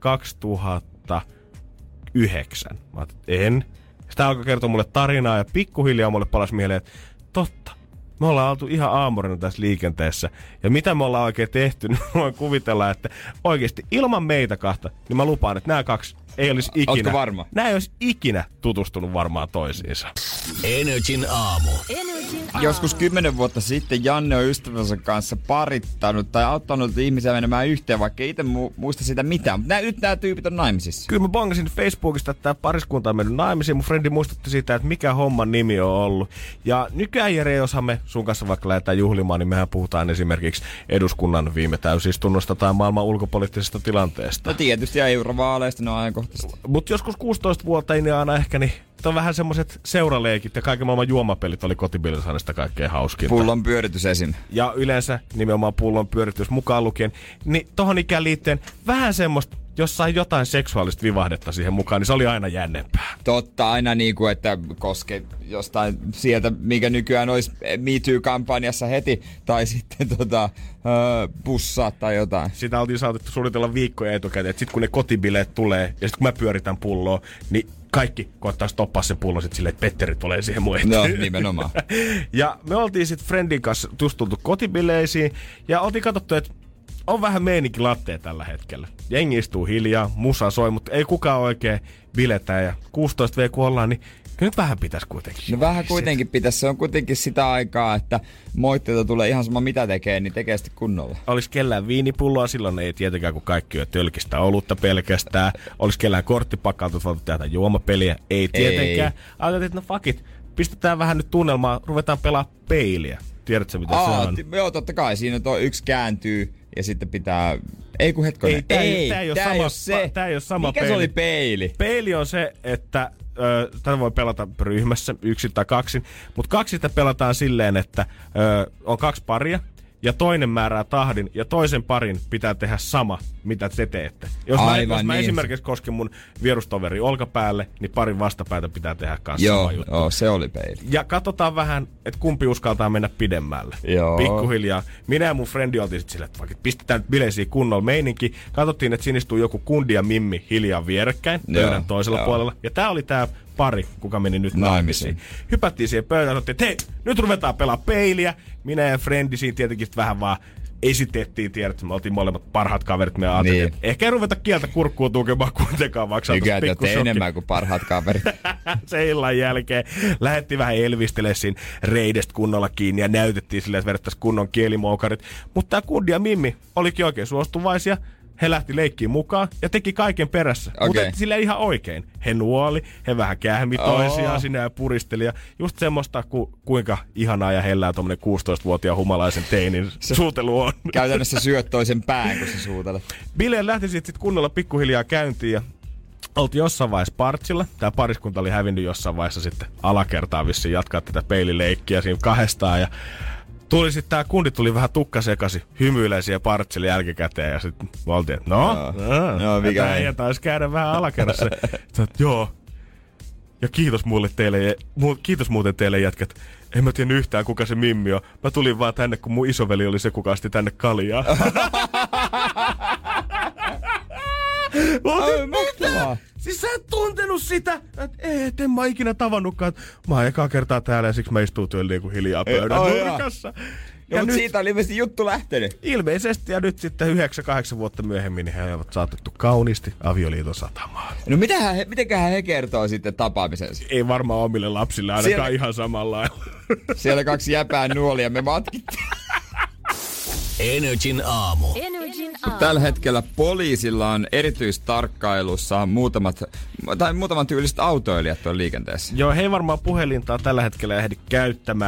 kaksituhattayhdeksän? Mä ajattelin, en. Sitä alkoi kertoa mulle tarinaa ja pikkuhiljaa mulle palasi mieleen, että totta. Me ollaan oltu ihan aamurina tässä liikenteessä. Ja mitä me ollaan oikein tehty, niin voin kuvitella, että oikeasti ilman meitä kahta, niin mä lupaan, että nämä kaksi ei olisi ikinä. Ootko varma? Nämä ei olisi ikinä tutustunut varmaan toisiinsa. Energin aamu. Joskus kymmenen vuotta sitten Janne on ystävänsä kanssa parittanut tai auttanut ihmisiä menemään yhteen, vaikka ei itse mu- muista sitä mitään. Mutta nyt nämä tyypit on naimisissa. Kyllä mä bongasin Facebookista, että tämä pariskunta on mennyt naimisiin. Mun frendi muistutti siitä, että mikä homman nimi on ollut. Ja nykyään, Jere, joshan me sun kanssa vaikka lähdetään juhlimaan, niin mehän puhutaan esimerkiksi eduskunnan viime täysistunnosta tai maailman ulkopoliittisesta tilanteesta. No tietysti, ja eurovaaleista ne on ajankohtaisesti. Mutta joskus kuusitoistavuotiaana ehkä, niin on vähän semmoset seuraleikit ja kaiken maailman juomapelit oli kotibilisannesta kaikkein hauskinta. Pullon pyöritys esim. Ja yleensä nimenomaan pullon pyöritys mukaan lukien. Niin tohon ikään liittyen vähän semmoista, jos sai jotain seksuaalista vivahdetta siihen mukaan, niin se oli aina jännempää. Totta, aina niinku, että koske jostain sieltä, mikä nykyään olisi Me Too-kampanjassa heti, tai sitten tota, öö, bussaa tai jotain. Sitä oltiin saatettu suunnitella viikkoja etukäteen, että sit kun ne kotibileet tulee, ja sit kun mä pyöritän pulloa, niin kaikki koittaa stoppaa sen pullon sit silleen, että Petteri tulee siihen mun eteen. No, nimenomaan. Ja me oltiin sit friendin kanssa tustultu kotibileisiin, ja oltiin katsottu, että on vähän meininki lattea tällä hetkellä. Jengi istuu hiljaa, musa soi, mutta ei kukaan oikein biletä. Ja kuusitoista vuotta kun ollaan, niin kyllä nyt vähän pitäisi kuitenkin. No vähän kuitenkin pitäisi. Se on kuitenkin sitä aikaa, että moitteita tulee ihan sama mitä tekee, niin tekee sitten kunnolla. Olisi kellään viinipulloa, silloin ei tietenkään, kun kaikki on tölkistä olutta pelkästään. Olisi kellään korttipakkailtu, voitu tehdä juomapeliä. Ei tietenkään. Ajateltiin, että no fuck it. Pistetään vähän nyt tunnelmaa, ruvetaan pelaa peiliä. Tiedätkö mitä Aa, se on? T- joo, totta kai. Siinä tuo yksi kääntyy ja sitten pitää... Ei kun hetkonen. Ei, tää ei, tää ei, tää ole ei sama, ole se. Tää ei ole sama Mikä peili. se oli peili? Peili on se, että ö, tätä voi pelata ryhmässä, yksin tai kaksin, mutta kaksi sitä pelataan silleen, että ö, on kaksi paria, ja toinen määrää tahdin, ja toisen parin pitää tehdä sama, mitä te teette. Jos Aivan mä, jos mä niin. esimerkiksi kosken mun vierustoveri olkapäälle, niin parin vastapäätä pitää tehdä kanssa Joo, sama juttu. joo, se oli peili. Ja katsotaan vähän, että kumpi uskaltaa mennä pidemmälle. Joo. Pikkuhiljaa. Minä ja mun frendi oltiin sit silleen, että vaikka pistetään nyt bileisiin kunnolla meininki. Katsottiin, että siinä istuu joku kundi ja mimmi hiljaa vierekkäin pöydän toisella joo. puolella. Ja tää oli tää pari, kuka meni nyt Naimisiin. naimisiin. Hypättiin siihen pöydään ja sanottiin, että hei, nyt ruvetaan pelaa peiliä. Minä ja frendi siinä tietenkin vähän vaan esitettiin, tiedät, me oltiin molemmat parhaat kaverit. Me ajattelin, Niin. että ehkä ei ruveta kieltä kurkkuun tukemaan kuitenkaan, vaikka Nykyään te olette enemmän kuin parhaat kaverit. Se illan jälkeen lähdettiin vähän elvistelemään siinä reidestä kunnolla kiinni ja näytettiin silleen, että vedettäisiin kunnon kielimoukarit. Mutta tää kundi ja Mimmi olikin oikein suostuvaisia. He lähti leikkiin mukaan ja teki kaiken perässä. Okay. Mutta silleen ihan oikein. He nuoli, he vähän kähmi toisiaan Oh. sinne ja puristeli. Ja just semmoista, ku, kuinka ihanaa ja hellää tommonen kuusitoistavuotiaan humalaisen teinin suutelu on. Käytännössä syöt toisen pään, kun sä suutelet. Bileen lähti sitten sit kunnolla pikkuhiljaa käyntiin ja oltiin jossain vaiheessa partsilla. Tää pariskunta oli hävinnyt jossain vaiheessa sitten alakertaan vissiin jatkaa tätä peilileikkiä siinä kahdestaan. Ja tuli sitten tää kundi tuli vähän tukkasekasi, hymyilee siihen partsille jälkikäteen ja sitten me oltiin, että no, Joo. Joo, mikä tää ei. ei taisi käydä vähän alakerrassa. Sitten, joo. Ja kiitos mulle teille, mu- kiitos muuten teille jätkät. En mä tiedä yhtään kuka se Mimmi on. Mä tulin vaan tänne, kun mun isoveli oli se, kuka asti tänne kaljaa. Ai, mahtavaa. Siis sä et tuntenut sitä? Et, et, en mä ikinä tavannutkaan. Mä oon ekaa kertaa täällä ja siksi mä istuu työllä niinku hiljaa pöydän Ai, nurkassa. Ja Ja mut nyt, siitä oli ilmeisesti juttu lähtenyt. ilmeisesti ja nyt sitten yhdeksän kahdeksan vuotta myöhemmin niin he ovat saatettu kauniisti avioliiton satamaan. No mitähän he, mitenköhän he kertoo sitten tapaamisensa? Ei varmaan omille lapsille ainakaan Siellä- ihan samalla lailla. Siellä kaksi jäpää nuolia me matkittiin. Energin aamu. Tällä hetkellä poliisilla on erityistarkkailussa muutamat, tai muutaman tyyliset autoilijat on liikenteessä. Joo, he ei varmaan puhelintaa tällä hetkellä ehdi käyttämään.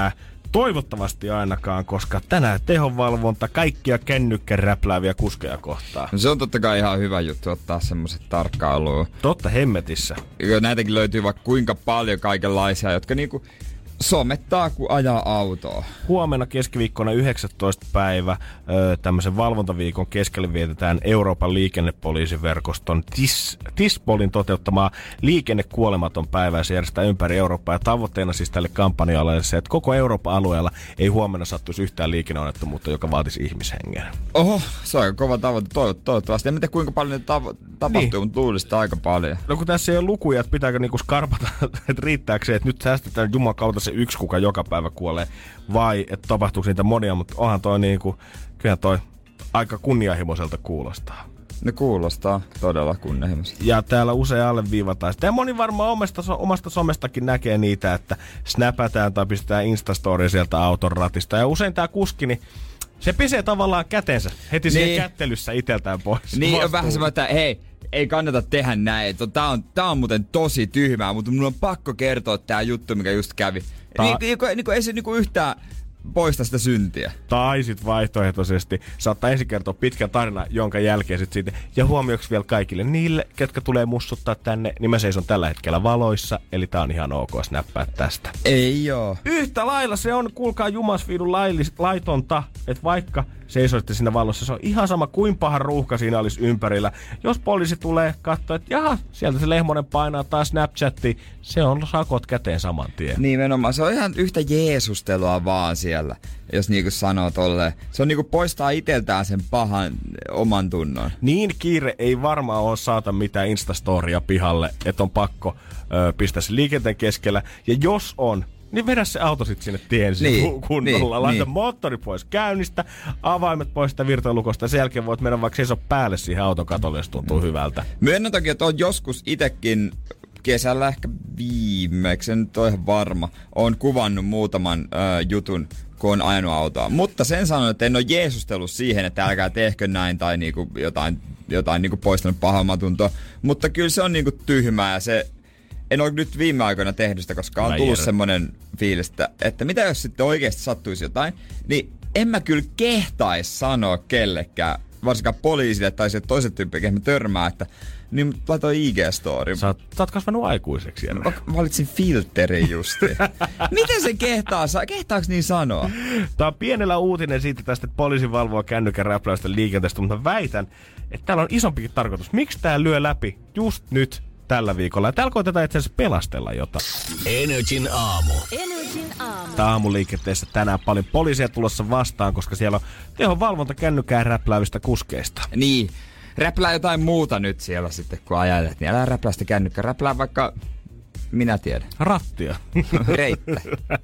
Toivottavasti ainakaan, koska tänään tehonvalvonta kaikkia kännykkäräplääviä kuskeja kohtaa. No se on totta kai ihan hyvä juttu ottaa semmoset tarkkailuun. Totta hemmetissä. Näitäkin löytyy vaikka kuinka paljon kaikenlaisia, jotka niinku somettaa, kun ajaa autoa. Huomenna keskiviikkona yhdeksästoista päivä tämmöisen valvontaviikon keskellä vietetään Euroopan liikennepoliisiverkoston TIS, TISPOLin toteuttamaa liikennekuolematon päivää. Se järjestetään ympäri Eurooppaa ja tavoitteena siis tälle kampanjalle se, että koko Euroopan alueella ei huomenna sattuisi yhtään liikenneonnettomuutta, joka vaatisi ihmishengen. Oho, se on aika kova tavoite. Toivottavasti. En tiedä kuinka paljon tavo- tapahtuu, niin. Mutta luulisi aika paljon. No kun tässä ei ole lukuja, että pitääkö niinku skarpata, että riittääkö se, että nyt säästetään Jumalan kautta se yksi, kuka joka päivä kuolee, vai että tapahtuuko niitä monia, mutta onhan toi niinku, kyllä toi aika kunnianhimoiselta kuulostaa. Ne kuulostaa todella kunnianhimoiselta. Ja täällä usein alleviivataan sitä. Ja moni varmaan omasta, omasta somestakin näkee niitä, että snäpätään tai pistetään Instastoria sieltä auton ratista. Ja usein tää kuski, niin se pesee tavallaan kätensä heti niin. Siihen kättelyssä iteltään pois. Niin, vastuun. On vähän semmoinen, että hei, ei kannata tehdä näin. Tää on, tää on muuten tosi tyhmää, mutta mun on pakko kertoa tää juttu, mikä just kävi. Ta- niin, niin, niin, niin, ei se niin yhtään poista sitä syntiä. Tai sit vaihtoehtoisesti saattaa ensin kertoa pitkän tarinan, jonka jälkeen sit siitä. Ja huomioiksi vielä kaikille niille, ketkä tulee mussuttaa tänne, niin mä seison tällä hetkellä valoissa, eli tää on ihan ok snäppää tästä. Ei oo. Yhtä lailla se on, kuulkaa Jumasviidun laillis, laitonta, että vaikka seisoitte siinä valossa, se on ihan sama kuin paha ruuhka siinä olisi ympärillä. Jos poliisi tulee katsoa, että jaha, sieltä se lehmonen painaa taas Snapchattiin, se on sakot käteen saman tien. Nimenomaan, se on ihan yhtä jeesustelua vaan siellä, jos niinku sanoo tolleen. Se on niinku poistaa iteltään sen pahan oman tunnon. Niin kiire ei varmaan ole saata mitään Instastoria pihalle, että on pakko ö, pistää se liikenteen keskellä. Ja jos on, niin vedä se auto sitten sinne tien niin, kunnolla. Niin, Laita niin. moottori pois käynnistä, avaimet pois sitä virtalukosta ja sen jälkeen voit mennä vaikka seiso päälle siihen autokatolle, jos tuntuu mm. hyvältä. Myönnän toki, että on joskus itekin kesällä ehkä viimeksi, en nyt ole ihan varma, on kuvannut muutaman ö, jutun, kun on ajanut autoa. Mutta sen sanon, että en ole jeesustellut siihen, että älkää tehkö näin tai niinku jotain, jotain niinku poistanut pahamatuntoa. Mutta kyllä se on niinku tyhmää ja se... En ole nyt viime aikoina tehnyt sitä, koska on tullut semmoinen fiilis, että, että mitä jos sitten oikeasti sattuisi jotain, niin en mä kyllä kehtais sanoa kellekään, varsinkaan poliisille tai se toiset tyyppiä, kehen mä törmää, että niin laitoin I G-story. Sä oot, sä oot kasvanut aikuiseksi. Mä valitsin filterin justiin. Miten se kehtaa? Kehtaaks niin sanoa? Tää on pienellä uutinen siitä tästä, että poliisi valvoo kännykän räpläystä liikenteestä, mutta mä väitän, että täällä on isompikin tarkoitus. Miksi tää lyö läpi just nyt? Tällä viikolla. Ja täällä koitetaan itse asiassa pelastella jotain. Energin aamu. Energin aamu. Tää aamuliikenteessä tänään paljon poliisia tulossa vastaan, koska siellä on tehon valvonta kännykään räpläävistä kuskeista. Niin. Räplää jotain muuta nyt siellä sitten, kun ajatet. Niin älä räplää sitä kännykkä. Räplää vaikka... Minä tiedän. Rattia. Reittä.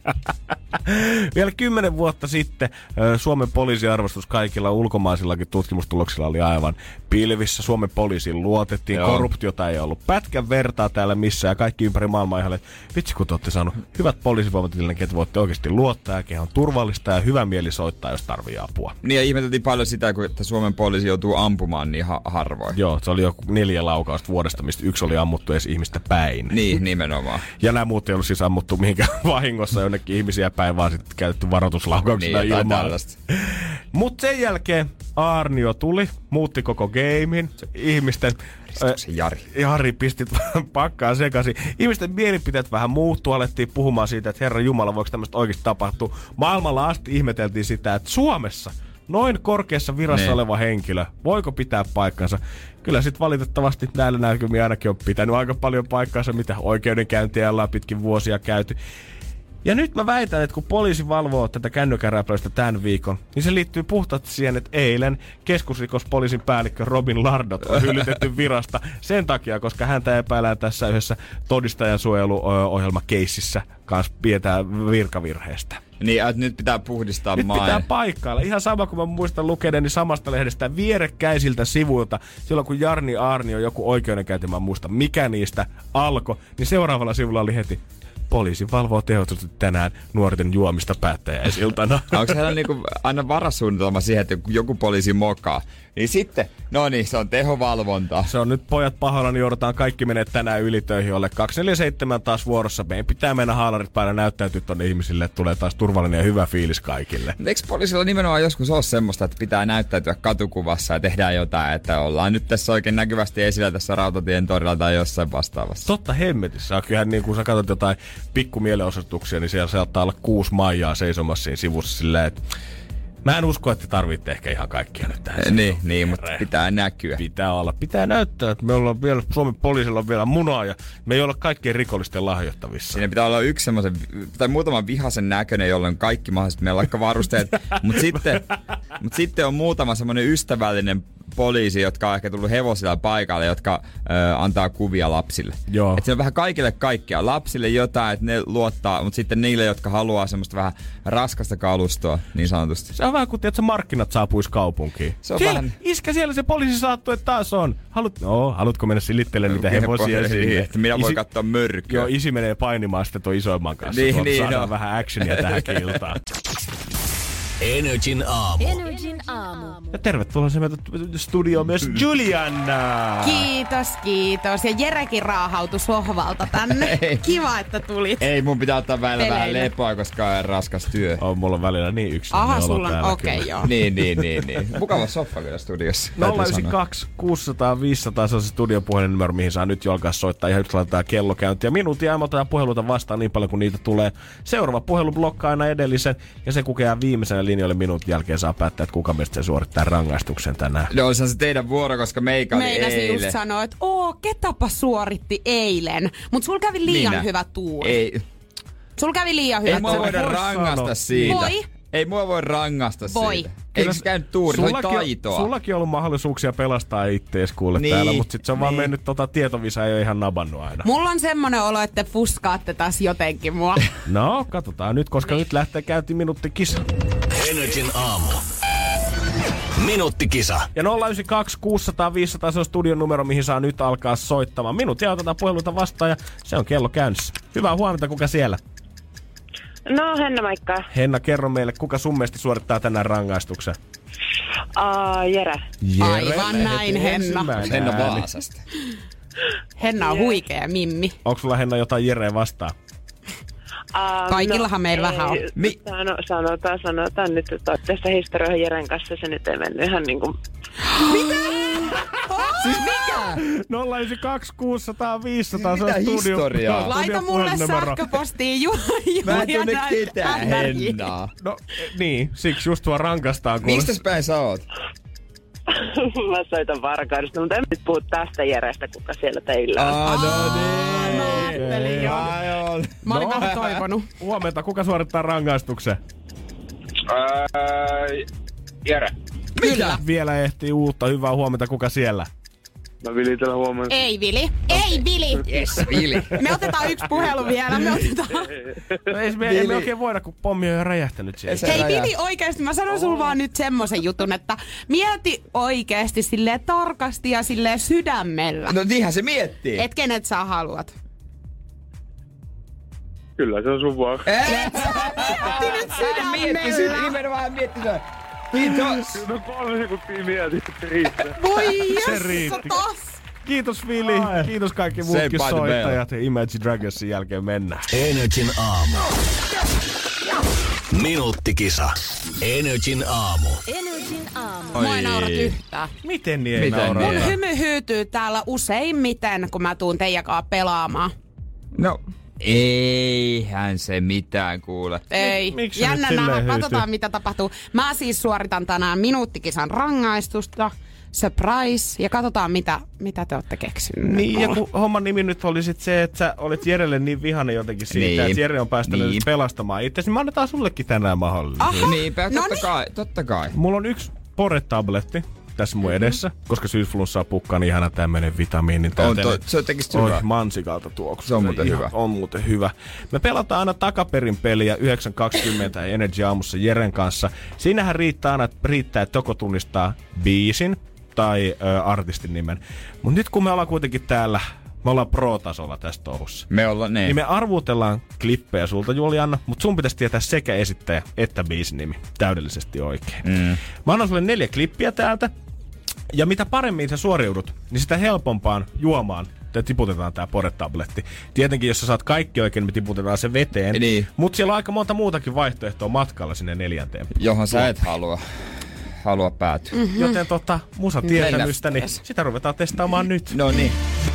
Vielä kymmenen vuotta sitten Suomen poliisiarvostus kaikilla ulkomaisillakin tutkimustuloksilla oli aivan pilvissä. Suomen poliisiin luotettiin, Joo. korruptiota ei ollut pätkän vertaa täällä missään. Ja kaikki ympäri maailmaa ihan, että vitsi kun te olette saanut hyvät poliisivoimatilanne, että voitte oikeasti luottaa ja on turvallista ja hyvä mieli soittaa, jos tarvii apua. Niin ja ihmeteltiin paljon sitä, kun että Suomen poliisi joutuu ampumaan niin ha- harvoin. Joo, se oli joku neljä laukausta vuodesta, mistä yksi oli ammuttu edes ihmistä päin. Niin, nimenomaan. Ja nämä muut ei ollut siis ammuttu mihinkään vahingossa jonnekin ihmisiä päin, vaan sitten käytetty varoituslaukauksena niin, ilmaan. Mutta sen jälkeen Aarnio tuli, muutti koko gamein. Ihmisten... Ristuksen Jari. Jari pisti pakkaa sekaisin. Ihmisten mielipiteet vähän muuttuu, alettiin puhumaan siitä, että Herra Jumala, voiko tämmöistä oikeasti tapahtua. Maailmalla asti ihmeteltiin sitä, että Suomessa noin korkeassa virassa ne. oleva henkilö, voiko pitää paikkansa? Kyllä sitten valitettavasti näillä näkymiä ainakin on pitänyt aika paljon paikkansa, mitä oikeudenkäyntiä ollaan pitkin vuosia käyty. Ja nyt mä väitän, että kun poliisi valvoo tätä kännykänräpläystä tämän viikon, niin se liittyy puhtaasti siihen, että eilen keskusrikospoliisin päällikkö Robin Lardot on hyllytetty virasta sen takia, koska häntä epäillään tässä yhdessä todistajansuojeluohjelmakeississä kanssa pietään virkavirheestä. Niin, että nyt pitää puhdistaa nyt maa. Nyt pitää paikkailla. Ihan sama kuin mä muistan lukeneeni samasta lehdestä vierekkäisiltä sivuilta. Silloin kun Jarni Aarnio joku oikeudenkäynti, mä muistan mikä niistä alkoi, niin seuraavalla sivulla oli heti poliisi valvoo tehotusti tänään nuorten juomista päättäjäisiltana. Onko heillä niinku aina varasuunnitelma siihen, että joku poliisi mokaa? Niin sitten, no niin, se on tehovalvonta. Se on nyt pojat pahoilla, niin joudutaan kaikki menee tänään ylitöihin, jolle kaksisataaneljäkymmentäseitsemän taas vuorossa. Meidän pitää mennä haalarit päällä näyttäytyy tonne ihmisille, että tulee taas turvallinen ja hyvä fiilis kaikille. Eikö poliisilla nimenomaan joskus ole semmoista, että pitää näyttäytyä katukuvassa ja tehdään jotain, että ollaan nyt tässä oikein näkyvästi esillä tässä Rautatien torilla tai jossain vastaavassa? Totta hemmetissä. Kyllähän niin kun sä katsot jotain pikkumielenosoituksia, niin siellä saattaa olla kuusi maijaa seisomassa siinä sivussa silleen, että mä en usko, että tarvitte ehkä ihan kaikkia nyt tähän. Niin, niin, mutta pitää näkyä. Pitää olla. Pitää näyttää, että me ollaan vielä, Suomen poliisilla on vielä munaa ja me ei olla kaikkien rikollisten lahjoittavissa. Siinä pitää olla yksi semmoisen, tai muutaman vihaisen näköinen, jolla on kaikki mahdolliset meillä vaikka varusteet. Mutta sitten, mut sitten on muutama semmoinen ystävällinen poliisi, jotka on ehkä tullut hevosilla paikalle, jotka ö, antaa kuvia lapsille. Joo. Et se on vähän kaikille kaikkea. Lapsille jotain, että ne luottaa, mutta sitten niille, jotka haluaa semmoista vähän raskasta kalustoa, niin sanotusti. Se on vähän kuin, että markkinat saapuisi kaupunkiin. Se on siellä, vähän... Iskä, siellä se poliisi saattu, että taas on. Haluat, no, haluatko mennä silittelemään niitä hevosia sinne? Että minä voin katsoa mörkyä. Joo, isi menee painimaan sitten tuon isoimman kanssa. Niin, Tuolta niin, saadaan no. vähän actionia tähänkin iltaan. N R J:n aamu. N R J:n aamu. Ja tervetuloa se meitä studioon myös Juliana. Kiitos, kiitos. Ja Jerekin raahautui sohvalta tänne. Ei. Kiva, että tulit. Ei, mun pitää ottaa välillä vähän Peleille. lepoa, koska on raskas työ. On mulla välillä niin yksinäinen Aha, olo sulla on, täällä okei, kyllä. joo. Niin, niin, niin, niin. Mukava soffa kyllä studiossa. nolla yhdeksän kaksi kuusisataa viisisataa se on se studiopuhelin numero, mihin saa nyt jo alkaa soittaa. Ihan yksi laitetaan kellokäyntiä. Minuutin ajalta ja puheluita vastaan niin paljon, kun niitä tulee. Seuraava puhelu blokkaa aina edellisen. Ja se kukea viimeisenä linjalle minuutin jälkeen saa päättää, että kuka meistä se suorittaa rangaistuksen tänään. No olisihan se teidän vuoro, koska meikä oli Meinasin eilen. just sanoa, että oo, ketapa suoritti eilen. Mut sul kävi liian Minä. hyvä tuuri. Ei, Sul kävi liian hyvä ei mua tuuri. voida Voi rangasta sanoa. siitä. Voi. Ei mua voi rangasta Voi. siitä. Eikö se käynyt tuuri? Se oli Sullakin on- taitoa. Sullakin on ollut mahdollisuuksia pelastaa ittees kuule Niin, täällä, mutta sit se on vaan niin. mennyt tota tietovisa ei ole ihan nabannut aina. Mulla on semmonen olo, että te fuskaatte taas jotenkin mua. No, katsotaan nyt, koska nyt lähtee käyntiin minuutti kisa. N R J:n aamu. Minuuttikisa. Ja nolla yhdeksän kaksi kuusisataa viisisataa se on studion numero, mihin saa nyt alkaa soittamaan. Minuutia otetaan puheluita vastaan ja se on kello käynnissä. Hyvää huomenta, kuka siellä? No, Henna moikka. Henna, kerro meille, kuka sun mielestä suorittaa tänään rangaistuksen? Uh, Jere. Aivan näin, heti Henna. ensimmäinen Henna ääni. Vaasasta. Henna on huikea mimmi. Onko sulla, Henna, jotain Jereen vastaan? Uh, Kaikillahan meillä vähän on. Mi- Sano, sanotaan, sanotaan nyt, että tässä historioihin Jeren kanssa se nyt ei mennyt ihan niinku... Siis mikä? nolla yhdeksän kaksi kuusisataa viisisataa se on Mitä studio. historiaa? studion Laita mulle puhelinnumero. sähköpostiin Ju- Mä en tunne Juliana ketään N R J. Hennaa. No eh, niin, siksi just tuo rankastaan. Kun Mistä päin sä oot? Mä soitan Varkaudesta, mutta en nyt puhu tästä Jerestä, kuka siellä teillä on. Ah, no Mä niin. ajattelin jo. Ai on. Mä olin No. vähän toivonut. Huomenta, kuka suorittaa rangaistuksen? Öö, Jere. Kyllä. Vielä ehtii uutta. Hyvää huomenta, kuka siellä? Mä vilitellä huomenna. Ei Vili. Ei Vili. Yes, Vili. Me otetaan yksi puhelu vielä. Me otetaan. No ei, me, ei me oikein voida, kun pommi on jo räjähtänyt siellä. Se Hei rajaa. Vili, oikeesti mä sanon sulla vaan nyt semmosen jutun, että mieti oikeesti silleen tarkasti ja silleen sydämellä. No niinhän se miettii. Et kenet sä haluat. Kyllä se on sun vuoro. Et sä Mietti nyt mietti sydämellä. sitä, nimenomaan mietti sitä. Kiitos. No kolme sekuntia mietin, että riittää. Voi Se jössä riitti. tos. Kiitos Vili, kiitos kaikki Say muutkin bye to soittajat. Imagine Dragonsin jälkeen mennään. N R J:n aamu. Minuuttikisa. N R J:n aamu. N R J:n aamu. Mua ei naurat yhtään. Miten niin ei Miten naurata? niin? Mun hymy hyytyy täällä useimmiten, kun mä tuun teidän kanssa pelaamaan. No, eihän se mitään kuule. Ei. miksi se Jännä nyt nähdä, silleen hyytyy? katsotaan mitä tapahtuu. Mä siis suoritan tänään minuuttikisan rangaistusta. Surprise. Ja katsotaan mitä, mitä te olette keksinyt. Niin, ja kun homman nimi nyt oli sit se, että sä olit Jerelle niin vihainen jotenkin siitä, Niin. että Jere on päästänyt Niin. nyt pelastamaan itse, niin me annetaan sullekin tänään mahdollisuus. Aha. Niinpä, totta Noniin. kai, totta kai. Mulla on yksi Pore-tabletti tässä mun edessä, koska syysflunssaa pukkaa niin ihana tämmönen vitamiinin On täyteinen. to, se tekis Oi, hyvää. mansikalta tuoksu. Se on muuten Ihan- hyvä. On muuten hyvä. Me pelataan aina takaperin peliä yhdeksän kaksikymmentä Energy aamussa Jeren kanssa. Siinähän riittää aina, riittää, että joko tunnistaa biisin tai ö, artistin nimen. Mut nyt kun me ollaan kuitenkin täällä Me ollaan pro-tasolla tässä touhussa. Me ollaan, ne. Niin me arvuutellaan klippejä sulta, Juliana, mutta sun pitäisi tietää sekä esittäjä että biisin nimi täydellisesti oikein. Mm. Mä annan sulle neljä klippiä täältä. Ja mitä paremmin sä suoriudut, niin sitä helpompaan juomaan te tiputetaan tää Pore-tabletti. Tietenkin, jos sä saat kaikki oikein, me tiputetaan se veteen. Niin. Mutta siellä on aika monta muutakin vaihtoehtoa matkalla sinne neljänteen. Johon sä et halua, halua päätyä. Mm-hmm. Joten tota, musatietämystä, niin sitä ruvetaan testaamaan nyt. No niin.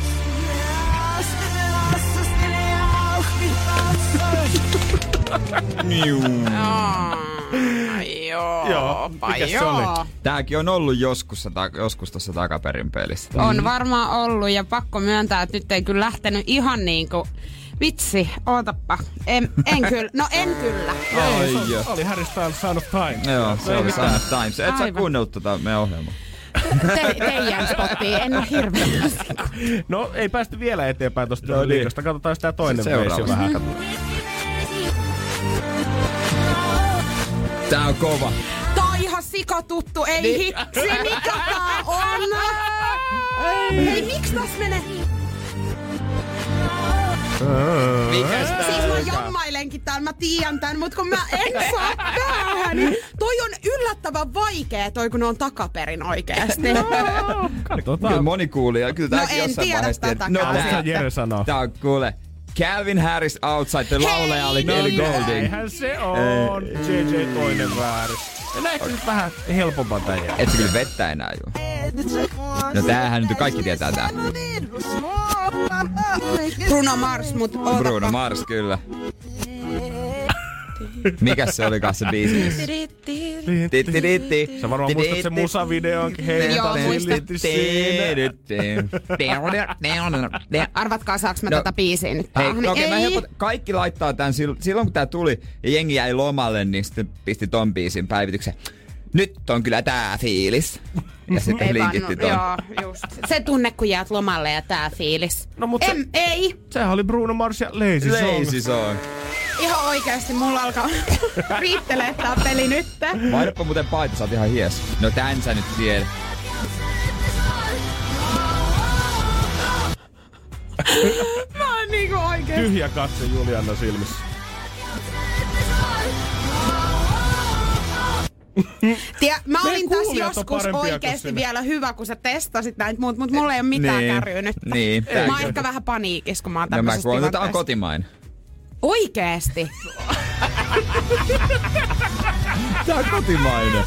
Joo, joo, mikä se oli? Tääkin on ollut joskus, joskus tuossa takaperin pelissä. On varmaan ollut ja pakko myöntää, että nyt ei kyllä lähtenyt ihan niinku... Vitsi, ootappa. En, en kyllä. No en kyllä. Ai se oli, oli Harry Styles Sign of Time. Joo, se oli Sign of Time. Et sä kuunnellut tota meidän ohjelmaa. Te, teidän spottiin, en ole hirveästi. No ei päästy vielä eteenpäin tosta no, liikasta. Katsotaan sitä toinen versio vähän. Tää on kova. Tää on ihan sikatuttu, ei niin. Hitsi, mikä tää on? Ei. Hei, miksi tässä menee? Mikäs tää siis mä jammailenkin täällä, mä tiedän tän, mut kun mä en saa päähän, niin toi on yllättävän vaikee toi, kun ne on takaperin oikeesti. No, katsotaan. Kyllä moni kuulee, kyllä tääkin no, jossain vaiheessa tiedät. No en tiedä Jere sanoo. Tää on kuule. Calvin Harris Outside, the laulaja oli Kelly Goulding. Eihän se on. J J toinen väärin. Ja näetkö nyt vähän helpompaa tän jälkeen? Et sä kyllä vettä enää juo. No tämähän nyt kaikki tietää tää. Bruno Mars, mut ootapa. Bruno Mars, kyllä. Mikäs se olikaan se biisi? Sä varmaan muistat sen musavideonkin. Hei, joo, muistat. Siinä. Arvatkaa, saaks mä no, tätä biisiä nyt? Hei, no okei, okay, helpot, kaikki laittaa tän silloin, kun tää tuli ja jengi jäi lomalle, niin sitten pisti ton biisin päivityksen. Nyt on kyllä tää fiilis. Ja sitten ei linkitti ton. Joo, just. Se tunne, kun jäät lomalle ja tää fiilis. No mut em, se, ei. Sehän oli Bruno Mars ja Lazy Song. Lazy Song. Ihan oikeesti mulla alkaa riittelee tää peli nyt. Vaihdapa muuten paita, sä oot ihan hies. No tän sä nyt tiedät. Mä oon niinku oikeesti. Tyhjä katse Juliana silmissä. Tiedä, mä olin tässä joskus oikeesti vielä hyvä, kun sä testasit näitä, mutta mut mulla ei ole mitään niin, kärryä nyt. Niin, mä oon ehkä vähän paniikissa, kun mä oon no tämmöisessä tilanteessa. Tää on kotimainen. Oikeesti? Tää on kotimainen.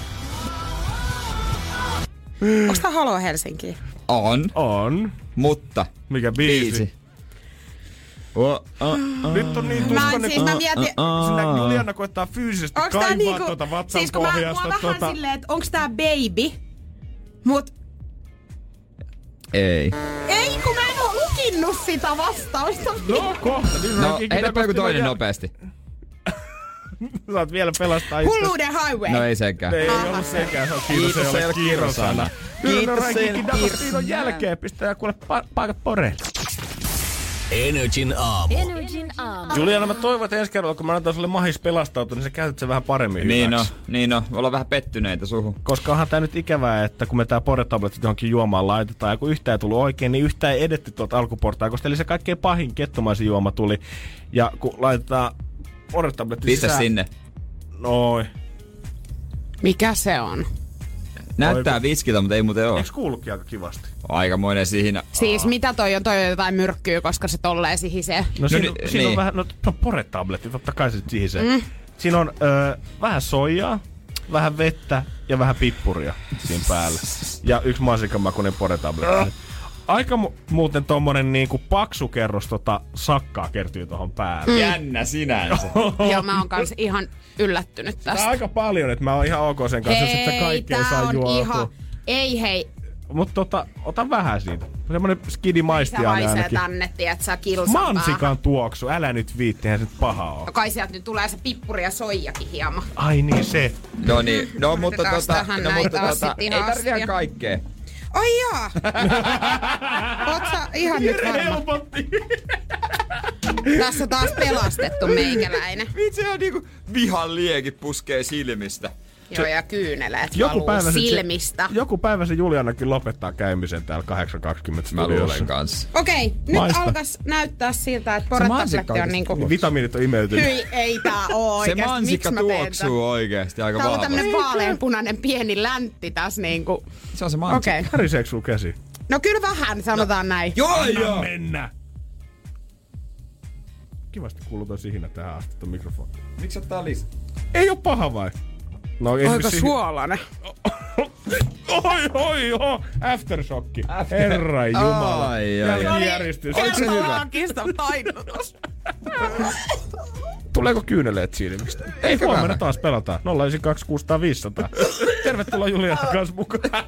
Onks tää Halo Helsinkiin? On. On. Mutta. Mikä biisi? biisi. Oh, oh, oh. Nyt on niin tuskainen, siis kun mietin... sinä Juliana koittaa fyysisesti onks kaivaa niinku, tuota vatsan siis pohjasta. Siis kun mä, mä tuota... vähän silleen, että onks tää baby, mut... Ei. Ei, kun mä en oo lukinnut sitä vastausta. No kohta. Niin no heitäpä joku toinen nopeasti. Saat vielä pelastaa itse. Hulluuden highway. No ei sekään. Ei Aha, ollut sekään. Se on kiitos, se ei ole kirosana. Kiitos, se ei ole kirosana. Jälkeen pistää kuule pa- paikat poreille. Energin aamu. Energin aamu. Juliana, mä toivon, että ensi kerralla, kun mä annan sulle mahis pelastautua, niin sä käytät sen vähän paremmin niin hyväksi. No, niin no, ollaan vähän pettyneitä suhun. Koska onhan tää nyt ikävää, että kun me tää Pore-tabletit johonkin juomaan laitetaan, ja kun yhtään ei tullut oikein, niin yhtään ei edetty tuolta alkuportaikosta. Eli se kaikkein pahin kettomaisin juoma tuli. Ja kun laitetaan Pore-tabletit Pistä sisään... sinne. Noi. Mikä se on? Näyttää Oiku. viskiltä, mutta ei muuten oo. Eiks kuulukin aika kivasti? Aikamoinen siinä. Siis mitä toi on? Toi on jotain myrkkyä, koska se tolleen sihisee. No, no siinä, niin, siinä niin. on vähän, no Pore-tabletti, totta kai se sihisee. Mm. Siinä on ö, vähän soijaa, vähän vettä ja vähän pippuria siinä päällä. Ja yksi mansikanmakuinen Pore-tabletti. Aika mu- muuten tommonen niinku paksu kerros tota sakkaa kertyy tohon päälle. Mm. Jännä sinänsä. Joo, mä oon kans ihan yllättynyt tästä. Tää on aika paljon, että mä oon ihan ok sen kanssa, hei, että kaikkea saa juotua. Ihan... Ei hei. Mut tota, ota vähän siitä. Semmonen skidi maistiainen ainakin. Se haisee tänne, tiiät sä kilsan Mansikan päähän. tuoksu, älä nyt viitti, eihän se nyt paha oo. No kai sieltä nyt tulee se pippuri ja soijakin hieman. Ai niin se. No niin, no mutta tota, no, mutta tota ei astia. tarvitse ihan kaikkea. Ai jaa! Oot sä ihan nyt varma? Helpotti. Tässä on taas pelastettu meikäläinen. Vitsi on niinku vihan liekit puskee silmistä. Joo, ja kyyneleet joku valuu päivä se, silmistä. Joku päivä se Julianakin lopettaa käymisen täällä kahdeksan kaksikymmentä Mä studiossa. luulen kanssa. Okei, nyt Maista. alkas näyttää siltä, että poretabletti on niinku... Vitamiinit on imeytynyt. Hyi, ei tää oo Se oikeesti. mansikka Miksi mä teen tuoksuu oikeesti aika tää? Tää on vahvasti. tämmönen vaaleanpunainen pieni läntti tässä niinku. Se on se mansikka. Okei. Okay. Häriseekö sun käsi? No kyllä vähän, sanotaan no. näin. Joo, Anna joo. mennä! Kivasti kuuluu toi sihinä tähän asti ton mikrofoni. Miksi ottaa lisää? Ei oo paha vai? No, Aika suolainen. Oi, oi, oi, aftershocki. Herra jumala. Ai, ai, ai. Järjestys. Oliko se hyvä? Tainnutus. Tuleeko kyyneleet silmistä? Ei, Ehkä huomenna vähän. taas pelataan. nolla yhdeksän kaksi kuusi nolla nolla viisi nolla nolla. Tervetuloa Juliana kanssa mukaan.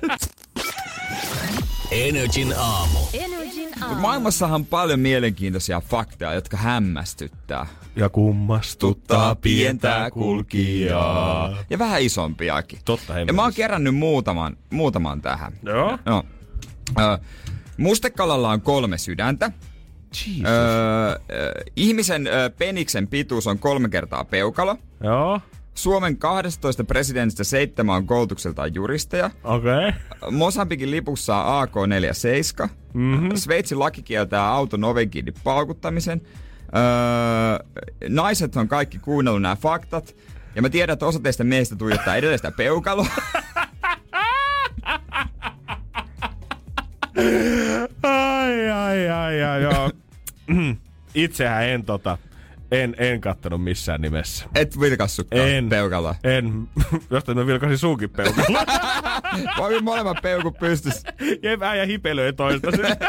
Energin aamu. Energin Mut aamu. maailmassahan on paljon mielenkiintoisia faktoja, jotka hämmästyttää. Ja kummastuttaa pientä kulkijaa. Ja vähän isompiakin. Totta Ja mä oon kerännyt muutaman, muutaman tähän. Joo. No. Ö, mustekalalla on kolme sydäntä. Jesus. Öö, ihmisen ö, peniksen pituus on kolme kertaa peukalo. Joo. Suomen kaksitoista presidentistä seitsemän on koulutukseltaan juristeja. Okei. Okay. Mosambikin lipussa on A K neljäkymmentäseitsemän. Mm-hmm. Sveitsin laki kieltää auton oven kiinni paukuttamisen. Öö, naiset on kaikki kuunnellut nämä faktat. Ja mä tiedän, että osa teistä miehistä tuijottaa edelleen sitä peukaloa. Ai, ai, ai, ai, joo. Itsehän en tota, en, en kattonut missään nimessä. Et vilkassutkaan En. peukaloa. En, jostain mä vilkasin sunkin peukaloa. Voi molemmat peukut pystyssä. Jep, äijä hipelöi toista.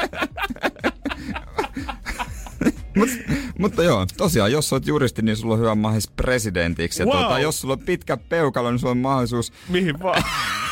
Mut, mutta joo, tosiaan, jos olet juristi, niin sulla on hyvä mahdollisuus presidentiksi. Ja Wow. tuota, jos sulla on pitkä peukalo, niin sulla on mahdollisuus... Mihin vaan.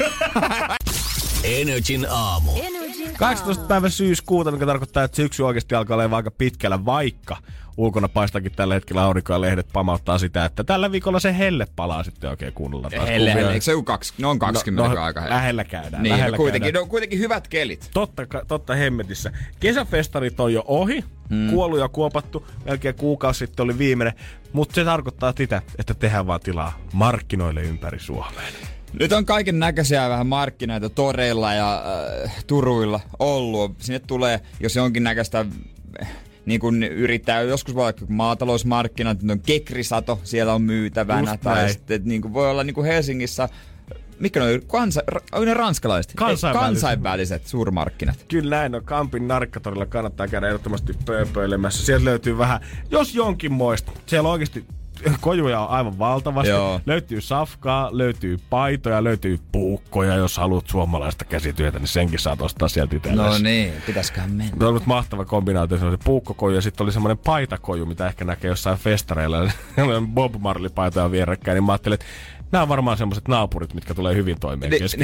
Energin aamu. Energin kahdeksastoista päivä syyskuuta, mikä tarkoittaa, että syksy oikeasti alkaa olla aika pitkällä, vaikka ulkona paistakin tällä hetkellä aurinko ja lehdet pamauttaa sitä, että tällä viikolla se helle palaa sitten oikein kunnolla taas. Helle, Kuvia. helle. Eikö se joku kaksi? No on kaksikymmentä no, no, aika helle. lähellä käydään. Niin, lähellä no kuitenkin, käydään. no, kuitenkin hyvät kelit. Totta, totta hemmetissä. Kesäfestarit on jo ohi, mm. kuollut ja kuopattu, melkein kuukausi sitten oli viimeinen, mutta se tarkoittaa sitä, että tehdään vaan tilaa markkinoille ympäri Suomeen. Nyt on kaiken näköisiä vähän markkinoita toreilla ja äh, turuilla ollut. Sinne tulee, jos jonkin näköistä niin kun yrittää, joskus voi olla maatalousmarkkinat, nyt on kekrisato, siellä on myytävänä. Just tai näin. sitten niin kuin voi olla niin kuin Helsingissä, mikä ne on, kansa, on ne ranskalaiset? Kansainväliset. Kansainväliset suurmarkkinat. Kyllä näin on. Kampin narkkatorilla kannattaa käydä ehdottomasti pööpöilemässä. Sieltä löytyy vähän, jos jonkin moista. Siellä on oikeasti kojuja on aivan valtavasti. Joo. Löytyy safkaa, löytyy paitoja, löytyy puukkoja. Jos haluat suomalaista käsityötä, niin senkin saat ostaa sieltä itsellesi. No niin, pitäisköhän mennä. Se on ollut mahtava kombinaatio. Se oli puukkokoju ja sitten oli semmoinen paitakoju, mitä ehkä näkee jossain festareilla. Bob Marley-paitoja vierekkäin, niin mä ajattelin, että nämä on varmaan semmoiset naapurit, mitkä tulee hyvin toimeen kesken.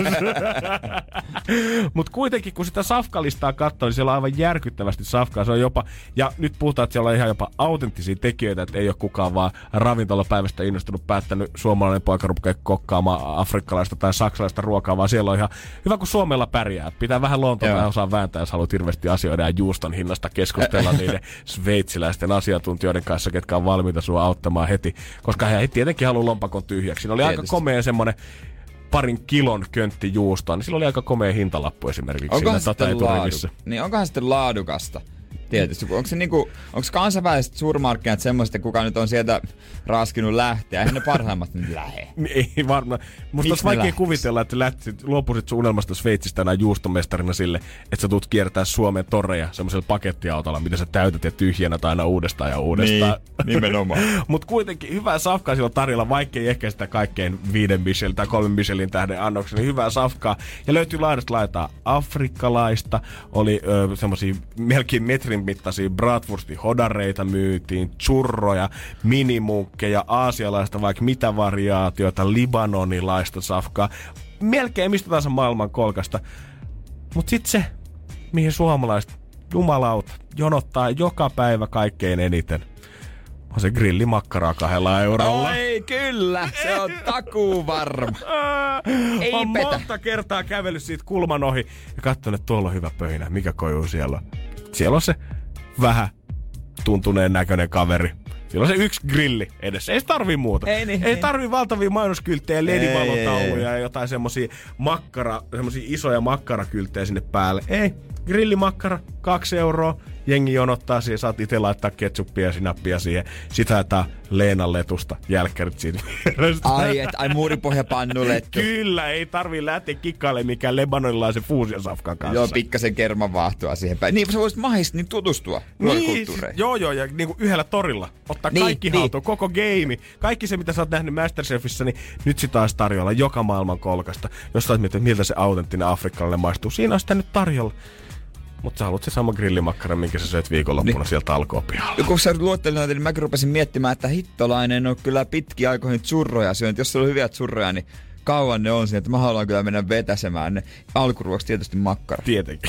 Mutta kuitenkin, kun sitä safkalistaa katsoo, niin siellä on aivan järkyttävästi safkaa. Se on jopa, ja nyt puhutaan, että siellä on ihan jopa autenttisia tekijöitä, että ei ole kukaan vaan ravintolapäivästä innostunut päättänyt suomalainen poika rupea kokkaamaan afrikkalaista tai saksalaista ruokaa, vaan siellä on ihan hyvä, kun Suomella pärjää. Pitää vähän Lontoon ja osaa vääntää, jos haluat hirveästi asioida ja juuston hinnasta keskustella niiden sveitsiläisten asiantuntijoiden kanssa, ketkä on valmiita sua auttamaan heti, koska he tietenkin haluaa lompakon tyhjäksi. Siinä oli Tietysti. aika komea semmonen parin kilon köntti juustoa, niin sillä oli aika komea hintalappu esimerkiksi Onkohan siinä sitten, eturivissa. laadu... niin, onkohan sitten laadukasta? Tietysti. Onko se niinku, onko kansainväliset suurmarkkinat semmoiset, että kuka nyt on sieltä raskinut lähteä? Eihän ne parhaimmat nyt lähe. Ei varmaan. Musta olisi ne vaikea lähtis? kuvitella, että lähtisit, luopuisit sun unelmasta Sveitsistä enää juustomestarina sille, että sä tulet kiertää Suomen toreja semmoisella pakettiautolla, mitä sä täytät ja tyhjennät aina uudestaan ja uudestaan. Niin, nimenomaan. Mut kuitenkin hyvää safkaa sillä on tarjolla, vaikkei ehkä sitä kaikkein viiden Michelin tai kolmen Michelin tähden annoksen, niin hyvää safkaa. Ja löytyy laidasta laitaa afrikkalaista, oli ö, semmosia melkein metrin mittaisia bratwursti-hodareita myytiin, churroja, minimunkkeja, aasialaista vaikka mitä variaatioita, libanonilaista safkaa, melkein mistä tahansa maailman kolkasta. Mut sit se, mihin suomalaiset jumalauta jonottaa joka päivä kaikkein eniten, on se grillimakkaraa kahdella eurolla. Oi, kyllä, se on takuu varma. Ei on petä. monta kertaa kävellyt siitä kulman ohi ja katsonut, että tuolla on hyvä pöhinä. Mikä koju siellä on? Siellä on se vähän tuntuneen näköinen kaveri, Sillä on se yksi grilli edessä. Ei se tarvii muuta. Ei, niin, ei niin. tarvii valtavia mainoskylttejä, ledivalotauluja ja jotain semmosia makkara, semmosia isoja makkarakylttejä sinne päälle. Ei. Grillimakkara, kaksi euroa. Jengi jonottaa siihen, saat itse laittaa ketsuppia ja sinappia siihen. Sitä tää Leenan letusta, jälkkärit siitä vierestä. Ai, et, ai muuripohjapannulettu. Kyllä, ei tarvii lähteä kikkaille mikään lebanonilaisen fuusiosafkan kanssa. Joo, pikkasen kerman vaahtoa siihen päin. Niin, sä voisit mahdollisesti niin tutustua ruokakulttuureihin. Niin, joo, joo, ja niinku yhdellä torilla. Ottaa niin, kaikki niin. haltuun, koko game. Kaikki se, mitä sä oot nähnyt Masterchefissä, niin nyt sitä olisi tarjolla joka maailman kolkasta. Jos sä oot miettinyt, miltä se autenttinen afrikkalainen maistuu. Siinä on sitä nyt tarjolla. Mutta sä haluat se sama grillimakkara, minkä sä söit viikonloppuna niin. sieltä alkopihalla. Kun sä luottelit noita, niin mäkin rupesin miettimään, että hittolainen on kyllä pitkiä aikoihin churroja syönyt. Jos sulla on hyviä churroja, niin kauan ne on siinä, että mä haluan kyllä mennä vetäsemään ne. Alkuruoksi tietysti makkara. Tietenkin.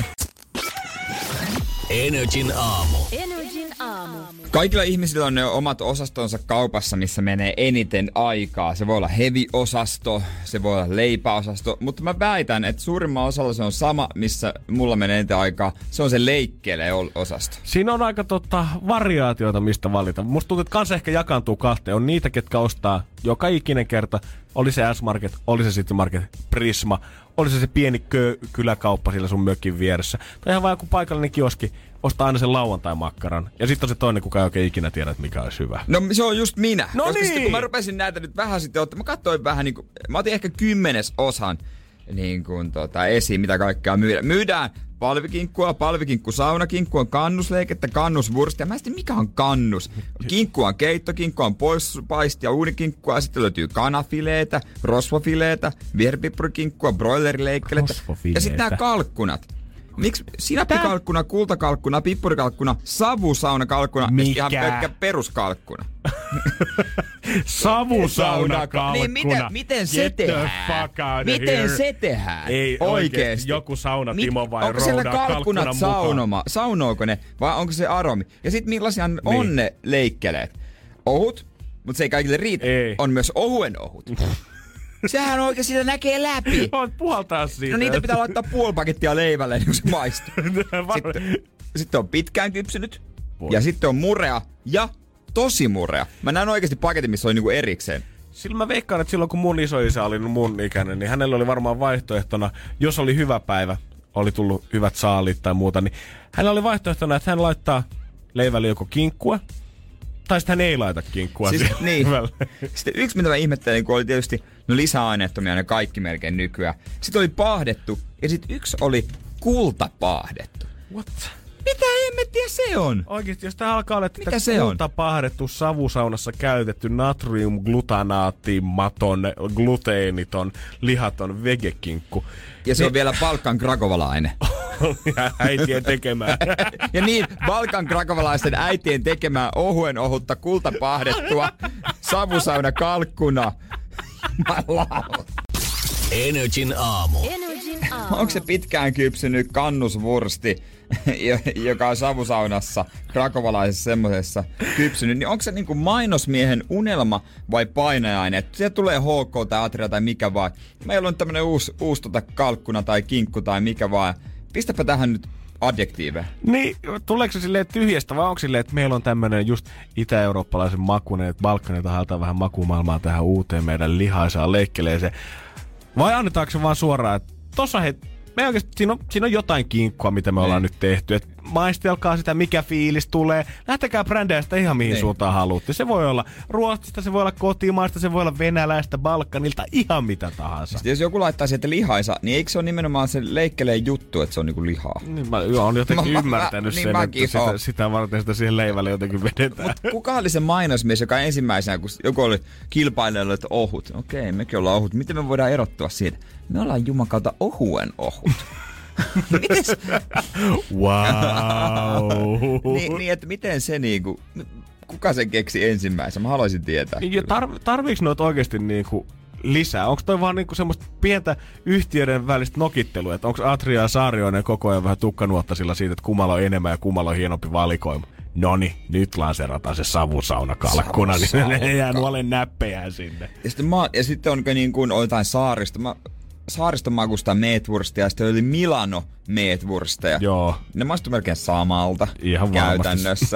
Energin aamu. Energin aamu. Kaikilla ihmisillä on ne omat osastonsa kaupassa, missä menee eniten aikaa. Se voi olla heavy-osasto, se voi olla leipäosasto, mutta mä väitän, että suurimmalla osalla se on sama, missä mulla menee eniten aikaa. Se on se leikkeelle-osasto. Siinä on aika tota, variaatioita, mistä valita. Musta tuntuu, että kanssa ehkä jakaantuu kahteen. On niitä, ketkä ostaa joka ikinen kerta. Oli se S-Market, oli se City Market, Prisma, oli se se pieni kö- kyläkauppa siellä sun mökin vieressä. Tai ihan vaan joku paikallinen kioski, ostaa aina sen lauantai-makkaran. Ja sitten on se toinen, kuka ei oikein ikinä tiedä, että mikä olisi hyvä. No se on just minä. No koska niin. sitten kun mä rupesin näitä nyt vähän sitten ottaa, mä katsoin vähän niin kuin, mä otin ehkä kymmenes osan niin kuin tota esiin, mitä kaikkea myydään. Myydään palvikinkkua, palvikinkku, saunakinkku on kannusleikettä, kannusvurstia. Mä en tiedä, mikä on kannus. Kinkku on keittokinkku, on poispaisti ja uunikinkkua. Ja sitten löytyy kanafileetä, rosvofileetä, viherpippurikinkkua, broilerileikkelettä. Ja sitten nämä kalkkunat. Miksi sinappikalkkuna, kultakalkkuna, pippurikalkkuna, savusaunakalkkuna ja ihan pelkkä peruskalkkuna? Savusaunakalkkuna. Niin miten, miten se Get tehdään? Miten here. se tehdään? Ei oikeesti. Joku saunatimo vai onko siellä roudaa kalkkunat saunoma? Saunooko ne vai onko se aromi? Ja sit millaisia niin. on ne leikkeleet? Ohut, mutta se ei kaikille riitä. Ei. On myös ohuen ohut. Sehän oikein sitä näkee läpi. Voit puhaltaa siitä. No niitä pitää laittaa puoli pakettia leivälle, niin kun se maistuu. sitten, sitten on pitkään kypsynyt. Voi. Ja sitten on murea ja tosi murea. Mä näen oikeasti paketin, missä oli niinku erikseen. Silloin mä veikkaan, että silloin kun mun isoisä oli mun ikäinen, niin hänellä oli varmaan vaihtoehtona, jos oli hyvä päivä, oli tullut hyvät saalit tai muuta, niin hänellä oli vaihtoehtona, että hän laittaa leivälle joko kinkkua, tai sitten hän ei laita kinkkua. Siis, niin. Sitten yksi, mitä mä ihmettelin, kun oli tietysti no lisäaineettomia ne kaikki melkein nykyään. Sitten oli paahdettu, ja sitten yksi oli kultapaahdettu. What? Mitä hemmettiä se on? Oikeesti, jos tää alkaa olla tätä kultapaahdettu savusaunassa käytetty natriumglutanaattimaton, gluteeniton, lihaton vegekinkku. Ja se ne... on vielä Balkan krakovalainen. Ja äitien tekemää. Ja niin, Balkan krakovalaisten äitien tekemää ohuen ohutta kultapaahdettua savusauna kalkkuna. Energin aamu. Energin aamu. Onko se pitkään kypsynyt kannusvursti, joka on savusaunassa, krakovalaisessa semmosessa kypsynyt, niin onko se niinku mainosmiehen unelma vai painajainen? Että sieltä tulee H K tai Atria tai mikä vaan. Meillä on tämmönen uusi, uusi tota kalkkuna tai kinkku tai mikä vaan. Pistäpä tähän nyt adjektiive. Niin, tuleeko se silleen tyhjästä vai onko silleen, että meillä on tämmönen just itä-eurooppalaisen makuinen, että Balkanilta haetaan vähän makumaailmaa tähän uuteen meidän lihaisaan leikkeleeseen. Vai annetaanko se vaan suoraan, että tossa he, me oikeasti, siinä on, siinä on jotain kinkkua, mitä me ollaan niin. nyt tehty. Et maistelkaa sitä, mikä fiilis tulee. Lähtekää brändejä sitä ihan mihin niin. suuntaan haluatte. Se voi olla Ruotsista, se voi olla kotimaista, se voi olla venäläistä, Balkanilta, ihan mitä tahansa. Sitten jos joku laittaa sieltä lihaisa, niin eikö se ole nimenomaan se leikkeleen juttu, että se on niinku lihaa? Niin mä joo, on jotenkin mä, ymmärtänyt mä, sen, niin että sitä, sitä varten sitä siihen leivälle jotenkin vedetään. Mut kuka oli se mainosmies, joka ensimmäisenä, kun joku oli kilpailijoilla, että ohut. Okei, mekin ollaan ohut. Miten me voidaan erottua siitä? Me ollaan jumakauta ohuen ohut. Mites? Wow. niin, niin, että miten se niinku, kuka sen keksi ensimmäisenä? Mä haluaisin tietää. Ja tar- tarviiks noita oikeesti niinku lisää? Onko toi vaan niinku semmoista pientä yhtiöiden välistä nokittelua, että onko Atria ja Saarioinen koko ajan vähän tukkanuottasilla siitä, että kummalla on enemmän ja kummalla on hienompi valikoima? Noni, nyt lanseerataan se savusaunakalkkuna, niin ne jää nuolle näppejään sinne. Ja sitten, ma- ja sitten on niin kuin jotain saarista. Mä, saaristomakusta meetwurstia ja sitten oli Milano meetwursteja. Joo. Ne maistuu melkein samalta ihan käytännössä.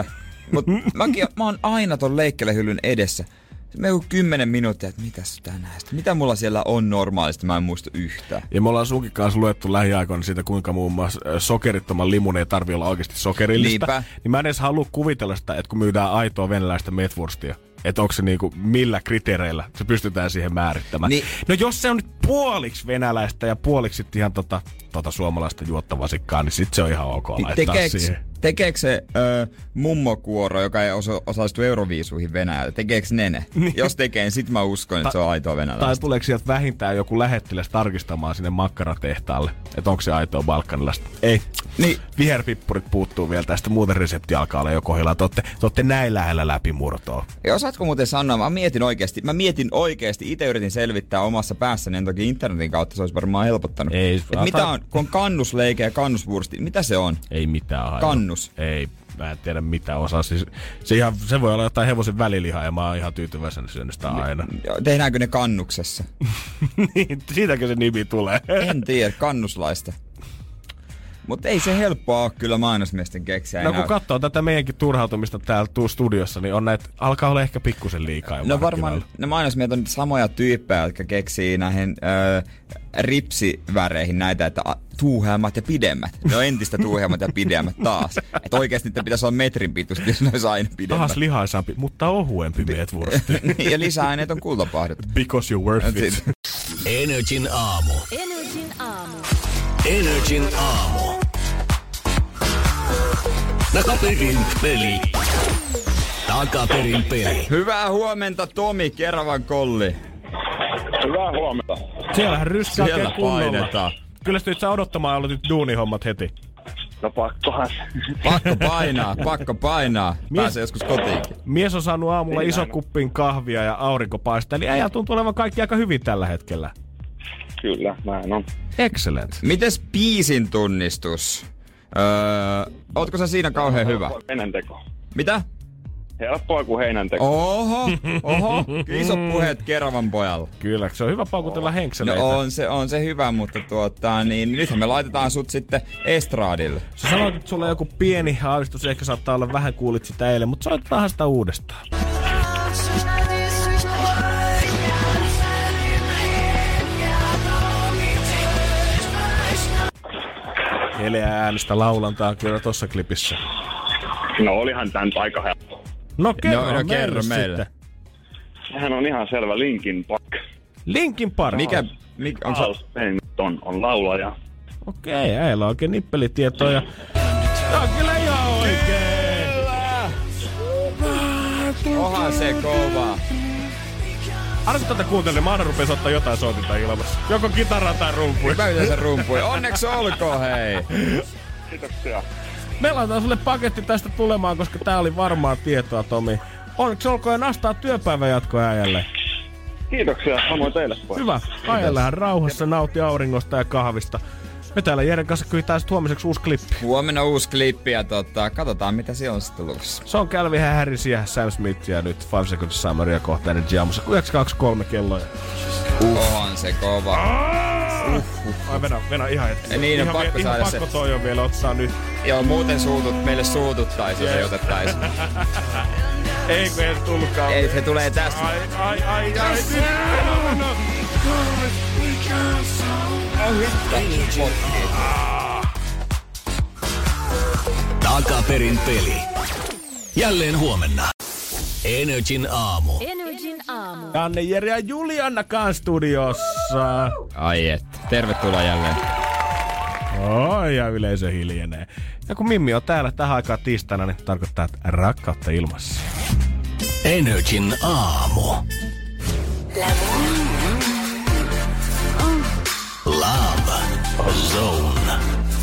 Mut mäkin, mä oon aina ton leikkelehyllyn edessä. Me joku kymmenen minuuttia, että mitäs tänään sitten? Mitä mulla siellä on normaalisti? Mä en muista yhtään. Ja me ollaan sunkin kanssa luettu lähiaikoina siitä, kuinka muun muassa sokerittoman limun ei tarvi olla oikeasti sokerillista. Niinpä. Niin mä en edes halua kuvitella sitä, että kun myydään aitoa venäläistä metwurstia, että onko se niinku, millä kriteereillä se pystytään siihen määrittämään. Niin. No jos se on nyt puoliksi venäläistä ja puoliksi sit ihan tota, tota suomalaista juottavasikkaa, niin sit se on ihan ok niin laittaa tekeeks, siihen. Tekeekö se ö, mummokuoro, joka ei osa, osallistu Euroviisuihin Venäjällä, tekeekö ne ne? Niin. Jos tekee, niin sit mä uskon, että Ta- se on aitoa venäläistä. Tai tuleeko sieltä vähintään joku lähettiläs tarkistamaan sinne makkaratehtaalle, että onko se aitoa balkanilaista? Ei. Niin. Viherpippurit puuttuu vielä tästä, muuten resepti alkaa olla jo kohdillaan. Te ootte, te ootte näin lähellä läpimurtoa. Ja osaatko muuten sanoa, mä mietin oikeesti, mä mietin oikeesti, itse yritin selvittää omassa päässäni, niin toki internetin kautta se olisi varmaan helpottanut. Ei, mitä on, kun on kannusleike ja kannusvursti, mitä se on? Ei mitään hajoa. Kannus. Ei, mä en tiedä mitä osaa. Siis, se, ihan, se voi olla jotain hevosen välilihaa ja mä oon ihan tyytyväisenä syönyt sitä aina. Tehdäänkö ne kannuksessa? Niin, siitäkö se nimi tulee? En tiedä, kannuslaista. Mutta ei se helppoa ole kyllä mainosmiesten keksiä. No kun katsoo tätä meidänkin turhautumista täällä studiossa, niin on näitä, alkaa olla ehkä pikkusen liikaa jo. No varmaan ne mainosmiehet on samoja tyyppejä, jotka keksii näihin ö, ripsiväreihin näitä, että tuuheammat ja pidemmät. Ne on entistä tuuheammat ja pidemmät taas. Että oikeesti niitä pitäisi olla metrin pituista, jos ne olisi aina pidemmät. Taas lihaisampi, mutta ohuempi metwursti. Niin, ja lisäaineet on kultapahdot. Because you're worth it. Energin aamu. Energin aamu. Energin aamu. Takaperin peli. Takaperin peli. Hyvää huomenta, Tomi, Keravan Kolli. Hyvää huomenta. Siellähän ryskää Siellä painetaan. Kyllä sä sä odottamaan aloitit duunihommat heti. No pakkohan. Pakko painaa, pakko painaa. Mies, Pääsee joskus kotiinkin. Mies on saanut aamulla iso kuppin kahvia ja aurinko paistaa. Eli äijä tuntuu olevan kaikki aika hyvin tällä hetkellä. Kyllä, näin on. Excellent. Mites biisin tunnistus? Öö, ootko sä siinä kauhean hyvä? Heinänteko. Mitä? Helppoa kuin heinänteko. Oho, oho. Isot puheet Keravan pojalla. Kyllä, se on hyvä paukutella henkseleitä. No on se, on se hyvä, mutta tuota, niin nythän me laitetaan sut sitten estraadille. Sä sanoit, että sulla on joku pieni aavistus, ehkä saattaa olla vähän kuulit sitä eilen, mutta soitetaan sitä uudestaan. Heleä äänestä laulantaa kyllä tossa klipissä. No olihan tän aika helppo. No kerro, no, no, kerro meille. Sehän on ihan selvä Linkin Park. Linkin Park? Mikä, mikä on Al Pennington on laulaja. Okei, äijällä on oikein nippelitietoja. Tää on kyllä ihan oikein. Onhan se kova. Arvo tätä kuuntelin, mä aina rupes ottaa jotain soitinta ilmassa. Joko kitaraa tai rumpuja. Mä yleensä rumpuja. Onneksi olkoon, hei. Kiitoksia. Me laitetaan sulle paketti tästä tulemaan, koska tää oli varmaa tietoa, Tomi. Onneksi olkoon ja nastaa työpäivän jatkoa äijälle. Kiitoksia, samoin teille pois. Hyvä. Äijällähän rauhassa nauti auringosta ja kahvista. Me täällä Jeren kanssa kyhitään sit huomiseksi uusi klippi. Huomenna uusi klippi ja tota, katsotaan mitä siellä on sitten luvassa. Se on Calvin Harris ja Sam Smith ja nyt Five Seconds Summeria kohta Energy aamussa yhdeksän kaksikymmentäkolme kelloja. Uh. On se kova. Uh, uh. Ai venä, venä ihan hetki. Niin on ihan pakko vie, saada ihan se. pakko toi on vielä ottaa nyt. Joo, muuten suutut, meille suututtaisiin, jos ei otettaisi. Ei kun ei tullutkaan. Ei, se tulee tästä. Ai, ai, ai, ai. Takaperin peli. Jälleen huomenna. Energin aamu. Energin aamu. Janne, Jere ja Juliannakaan studiossa. Ai et. Tervetuloa jälleen. Oi, ja yleisö hiljenee. Ja kun Mimmi on täällä tähän aikaan tiistaina, niin tarkoittaa, että rakkautta ilmassa. Energin aamu. Love Zone.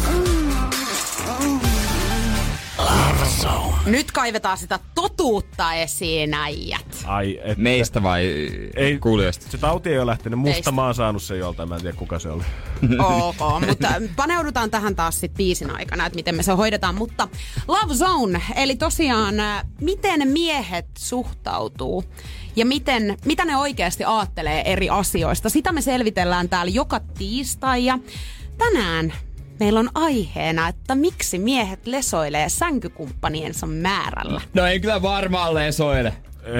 Love Zone. Nyt kaivetaan sitä totuutta esiin, äijät. Ai, että... Meistä vai ei, kuulijoista? Se tauti ei ole lähtenyt. Musta mä oon saanut sen joltain. Mä en tiedä, kuka se oli. Ok, mutta paneudutaan tähän taas sit biisin aikana, että miten me se hoidetaan. Mutta Love Zone, eli tosiaan miten miehet suhtautuu ja miten, mitä ne oikeasti aattelee eri asioista. Sitä me selvitellään täällä joka tiistai ja tänään meillä on aiheena, että miksi miehet lesoilee sänkykumppaniensa määrällä. No ei kyllä varmaan lesoile.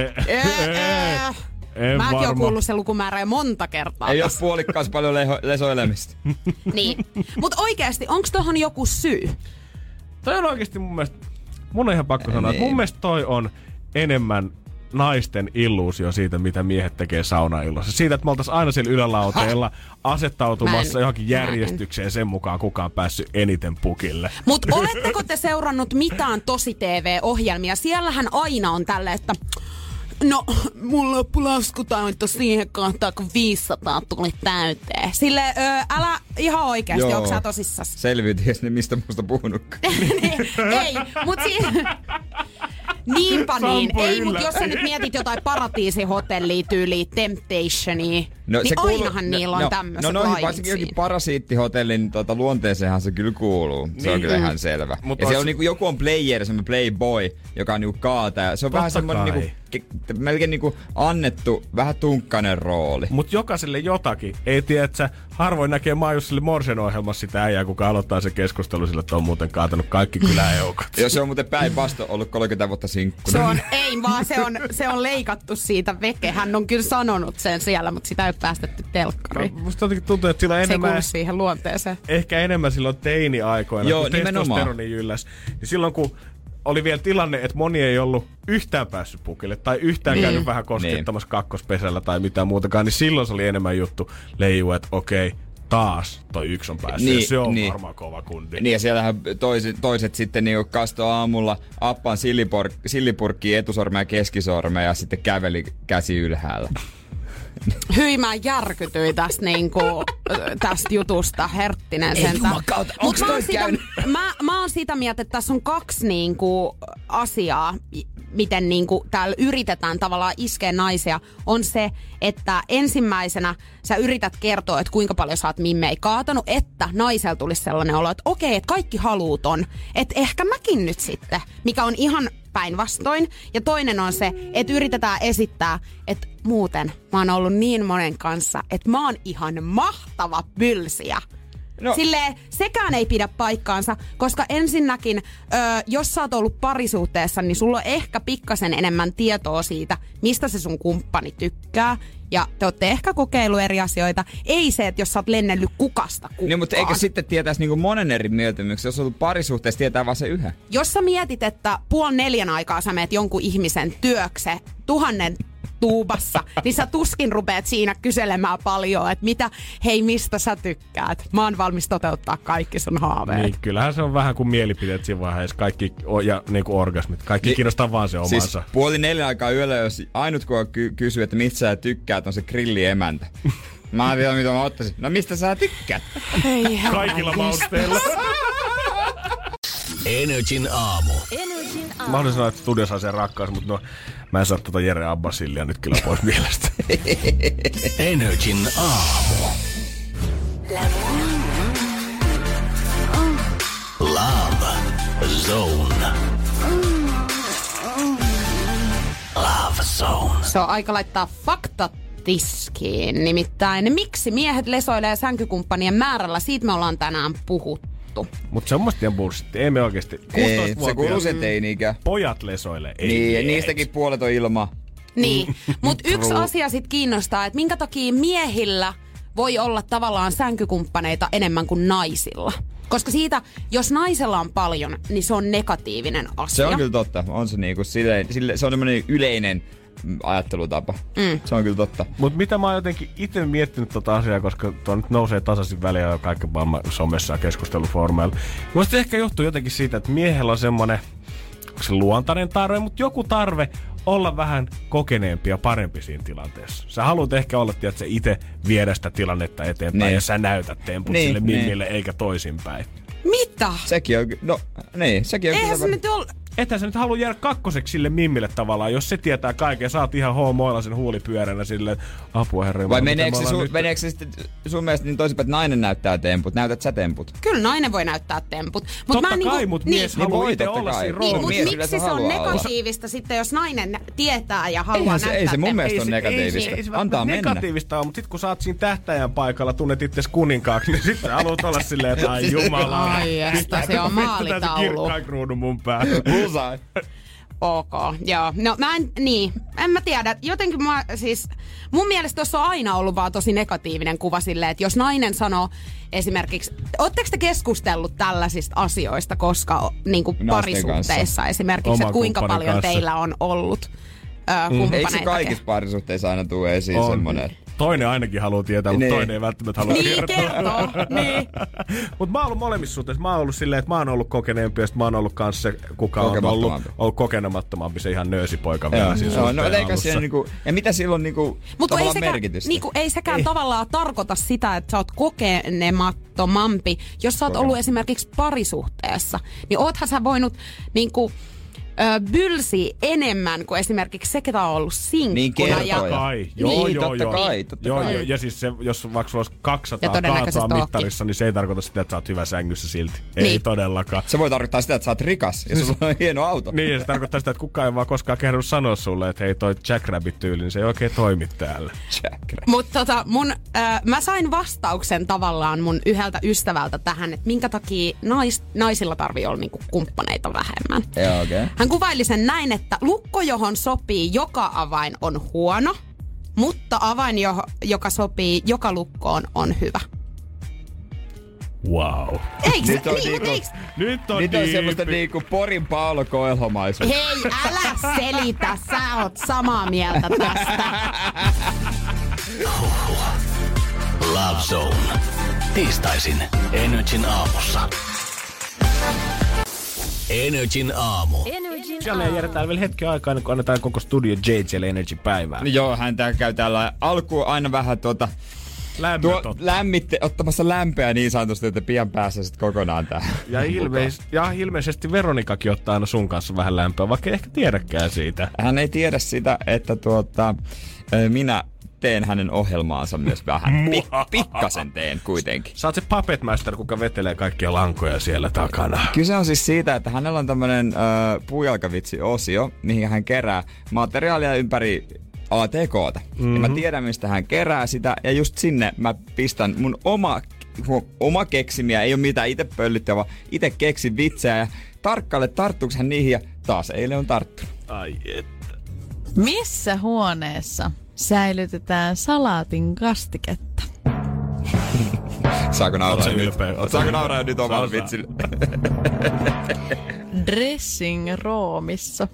Mäkin oon kuullut sen lukumäärä jo monta kertaa. Ei ole puolikkaas paljon leho, lesoilemista. Niin. Mut oikeesti, onks tohon joku syy? Toi on oikeesti mun mielestä, mun on ihan pakko sanoa, niin. että mun mielestä toi on enemmän naisten illuusio siitä, mitä miehet tekee saunaillossa. Siitä, että me oltais aina siellä ylälauteella asettautumassa en, johonkin järjestykseen sen mukaan, kuka on päässyt eniten pukille. Mut oletteko te seurannut mitään tosi-T V-ohjelmia? Siellähän aina on tälle, että no, mulla loppu laskutaito siihen kohtaan, kun viisisataa tuli täyteen. Sille, öö, älä ihan oikeesti, onko sä tosissas? Selviyties ne, mistä musta puhunutkaan. Ei, mut siinä... Niinpä niin. Ei, mutta jos sä nyt mietit jotain paratiisihotellia tyyliä, Temptationia, no, niin kuuluu, ainahan no, niillä on no, tämmöiset no, no, lajit varsinkin jokin parasiittihotellin tuota, luonteeseenhan se kyllä kuuluu. Se niin. on kyllä ihan selvä. Mut ja ois... se on niinku, joku on player, semmoinen playboy, joka on niinku kaataja. Se on Totta vähän semmoinen niinku, melkein niinku annettu, vähän tunkkainen rooli. Mut jokaiselle jotakin. Ei tiedä, että sä harvoin näkee Maajussille Morsen ohjelmassa sitä äijää, kuka aloittaa se keskustelu sillä, että on muuten kaatanut kaikki kyläeukot. Joo, se on muuten päinvastoin ollut kolmekymmentä vuotta sinkkuna. Se on, ei vaan, se on, se on leikattu siitä veke. Hän on kyllä sanonut sen siellä, mutta sitä ei ole päästetty telkkariin. No, musta jotenkin tuntuu, että sillä on se enemmän... Se kuuluu siihen luonteeseen. Ehkä enemmän silloin teini-aikoina, Joo, kun testosteroni ylläs. Ja silloin, kun oli vielä tilanne, että moni ei ollut yhtään päässyt pukille tai yhtään niin. käynyt vähän koskettamassa niin. kakkospesällä tai mitään muutakaan, niin silloin se oli enemmän juttu leijua, että okei, taas toi yksi on päässyt. Niin, se on niin. varmaan kova kundi. Niin ja siellähän toiset, toiset sitten niin kastoi aamulla appan sillipor- sillipurkkiin etusormea ja keskisormea ja sitten käveli käsi ylhäällä. Hyi, mä järkytyin tästä, niinku, tästä jutusta, Herttinen sentään. Mut mä, oon sitä, mä, mä oon sitä mieltä, että tässä on kaksi niinku, asiaa, miten niinku, täällä yritetään tavallaan iskeä naisia. On se, että ensimmäisenä sä yrität kertoa, että kuinka paljon sä oot mimmei kaatanut, että naisella tulisi sellainen olo, että okei, että kaikki haluut on. Että ehkä mäkin nyt sitten, mikä on ihan päinvastoin. Ja toinen on se, että yritetään esittää, että muuten mä oon ollut niin monen kanssa, että mä oon ihan mahtava pylsiä. No. Silleen sekään ei pidä paikkaansa, koska ensinnäkin, ö, jos sä oot ollut parisuhteessa, niin sulla on ehkä pikkasen enemmän tietoa siitä, mistä se sun kumppani tykkää. Ja te ootte ehkä kokeillut eri asioita. Ei se, että jos sä oot lennellyt kukasta kukaan. Niin, mutta eikö sitten tietäisi niinku monen eri mieltymyksen, jos on ollut parisuhteessa, tietää vaan se yhä? Jos sä mietit, että puoli neljän aikaa sä meet jonkun ihmisen työkse tuhannen tuubassa, niin sä tuskin rupeat siinä kyselemään paljon, että mitä, hei, mistä sä tykkäät. Mä oon valmis toteuttaa kaikki sun haaveet. Niin, kyllähän se on vähän kuin mielipiteet siinä vaiheessa. Kaikki, ja niin kuin orgasmit. Kaikki niin, kiinnostaa vaan se omansa. Siis puoli neljän aikaa yöllä, jos ainut kun ky- kysyy, että mistä sä tykkäät, on se grilliemäntä. Mä en tiedä, mitä mä ottaisin. No mistä sä tykkäät? Hei, kaikilla mausteilla. Energin aamu. Energin aamu. Mä haluaisin sanoa, että studiossa on se rakkaus, mutta no, mä en saa tuota Jere Abbasillia nyt kyllä pois mielestä. Energin aamu. Love Zone. Love Zone. Se on aika laittaa faktat tiskiin. Nimittäin, miksi miehet lesoilee sänkykumppanien määrällä? Siitä me ollaan tänään puhuttu. Mutta se on musta ihan bullshit. Ei me oikeesti. Ei, se kuuluu sen teini-ikä. Pojat lesoilee. Ei niin, miehet. Niistäkin puolet on ilmaa. Niin, mutta yksi asia sit kiinnostaa, että minkä takia miehillä voi olla tavallaan sänkykumppaneita enemmän kuin naisilla. Koska siitä, jos naisella on paljon, niin se on negatiivinen asia. Se on kyllä totta. On se niinku sille, sille, se on semmoinen yleinen ajattelutapa. Mm. Se on kyllä totta. Mut mitä mä oon jotenkin itse miettinyt tota asiaa, koska tuo nyt nousee tasaisin väliä jo kaikki maailman somessa ja keskustelufoorumeilla. Musta ehkä johtuu jotenkin siitä, että miehellä on semmonen, onko se luontainen tarve, mutta joku tarve olla vähän kokeneempi ja parempi siinä tilanteessa. Sä haluat ehkä olla, että sä itse viedä sitä tilannetta eteenpäin niin. Ja sä näytät temput niin, sille mimmille niin. Eikä toisinpäin. Mitä? Sekin on, no niin, sekin on Eihän kyllä. Se nyt ole, ethän sä nyt halua jäädä kakkoseksi sille mimmille tavallaan, jos se tietää kaiken. Sä oot ihan hoomoilla sen huulipyöränä silleen, apua herra. Vai meneekö se, su- meneekö se sitten sun mielestä niin toisinpäin, että nainen näyttää temput? Näytät sä temput? Kyllä nainen voi näyttää temput. Mut totta mä kai, niinku, mut niin, mies niin haluaa voi, itse totta olla kai. siinä niin, roolissa. mut miksi se on negatiivista sitten, jos nainen tietää ja haluaa Eihän se, näyttää ei se mun temput? mielestä ole Ei se- negatiivista. ei se- ei se Antaa mennä. negatiivista on, mutta sit kun sä oot siinä tähtäjän paikalla, tunnet itses kuninkaaksi, niin sit sä haluat olla silleen, että ai jumala. Ai että se on maalitaulu. Kirkkaan kruunun mun päällä. Bullseye. Ok, joo. No mä en, niin, en mä tiedä. Jotenkin mä siis, mun mielestä tuossa on aina ollut vaan tosi negatiivinen kuva silleen, että jos nainen sanoo esimerkiksi, ootteko te keskustellut tällaisista asioista, koska niin kuin parisuhteissa kanssa. Esimerkiksi, Oman että kuinka kumppanin paljon kanssa. teillä on ollut ö, Mm. kumppaneita? Eikö se kaikissa parisuhteissa aina tule esiin On. semmonen? Toinen ainakin haluaa tietää, mutta Niin. toinen ei välttämättä halua Niin, kertoa. kertoo. Niin. Mutta mä oon ollut molemmissa suhteissa. Mä oon ollut silleen, että mä oon ollut kokeneempi ja sit mä oon ollut kanssa se, kuka on ollut, Kokemattomampi. ollut kokenemattomampi, se ihan nöösipoika vielä Joo, siinä joo, no suhteen eikä alussa. siinä niinku, ja mitä silloin niinku Mutta ei tavallaan sekään, merkitystä? niinku, ei sekään ei. tavallaan tarkoita sitä, että sä oot kokenemattomampi. Jos sä oot ollut esimerkiksi parisuhteessa, niin oothan sä voinut niinku, ö, bylsiä enemmän kuin esimerkiksi se, ketä on ollut sinkkuna. Niin kertoja. ja, Totta kai. Joo, Niin, joo, totta joo. kai, totta joo, kai. joo. Ja siis se, jos vaikka sulla olisi Ja kaksisataa todennäköisesti kaatoa ootkin. mittarissa, niin se ei tarkoita sitä, että sä oot hyvä sängyssä silti. Ei Niin. todellakaan. Se voi tarkoittaa sitä, että sä oot rikas ja sulla on hieno auto. Niin, ja se tarkoittaa sitä, että kukaan ei vaan koskaan kehdannut sanoa sulle, että hei toi Jackrabbit-tyyli, niin se ei oikein toimi täällä. Jack. Mutta tota, mun, äh, mä sain vastauksen tavallaan mun yhdeltä ystävältä tähän, että minkä takia nais, naisilla tarvii olla niinku kumppaneita vähemmän. Joo, okei. Okay. Hän kuvaili sen näin, että lukko, johon sopii joka avain, on huono, mutta avain, jo, joka sopii joka lukkoon, on hyvä. Wow. Eikö se? Nyt on Niin, niinku- mutta eikö? Nyt on Nyt on diipi. semmoista niinku Porin Paolo Koelhomaisuutta. Hei, älä selitä, sä oot samaa mieltä tästä. Love Zone. Tiistaisin Energin aamussa. Energin aamu. Energin Jälleen järjetään vielä hetken aikaa, ennen kuin annetaan koko studio J J:lle Energy päivää. Niin joo, hän tää käy täällä alkuun aina vähän tuota... Tuo Lämmöt lämmitte, ottamassa lämpöä niin sanotusti, että pian pääsee sit kokonaan tähän. Ja, ilmeis, ja ilmeisesti Veronikakin ottaa aina sun kanssa vähän lämpöä, vaikka ei ehkä tiedäkään siitä. Hän ei tiedä sitä, että tuota, minä teen hänen ohjelmaansa myös vähän. Pik- pikkasen teen kuitenkin. Sä oot se Puppet Master, kuka vetelee kaikkia lankoja siellä takana. Kyse on siis siitä, että hänellä on tämmönen äh, puujalkavitsi-osio, mihin hän kerää materiaalia ympäri A T K:ta. Mm-hmm. Ja mä tiedän, mistä hän kerää sitä, ja just sinne mä pistän mun oma, oma keksimiä, ei ole mitään itse pöllyttävää, vaan itse keksin vitsejä, ja tarkkaile tarttuuko hän niihin, ja taas eilen on tarttunut. Ai että. Missä huoneessa säilytetään salaatin kastiketta? Saako nauraa Oot sä nyt? ylpeä? Saako nauraa nyt omalla Saa, saa. vitsillä? Dressing roomissa.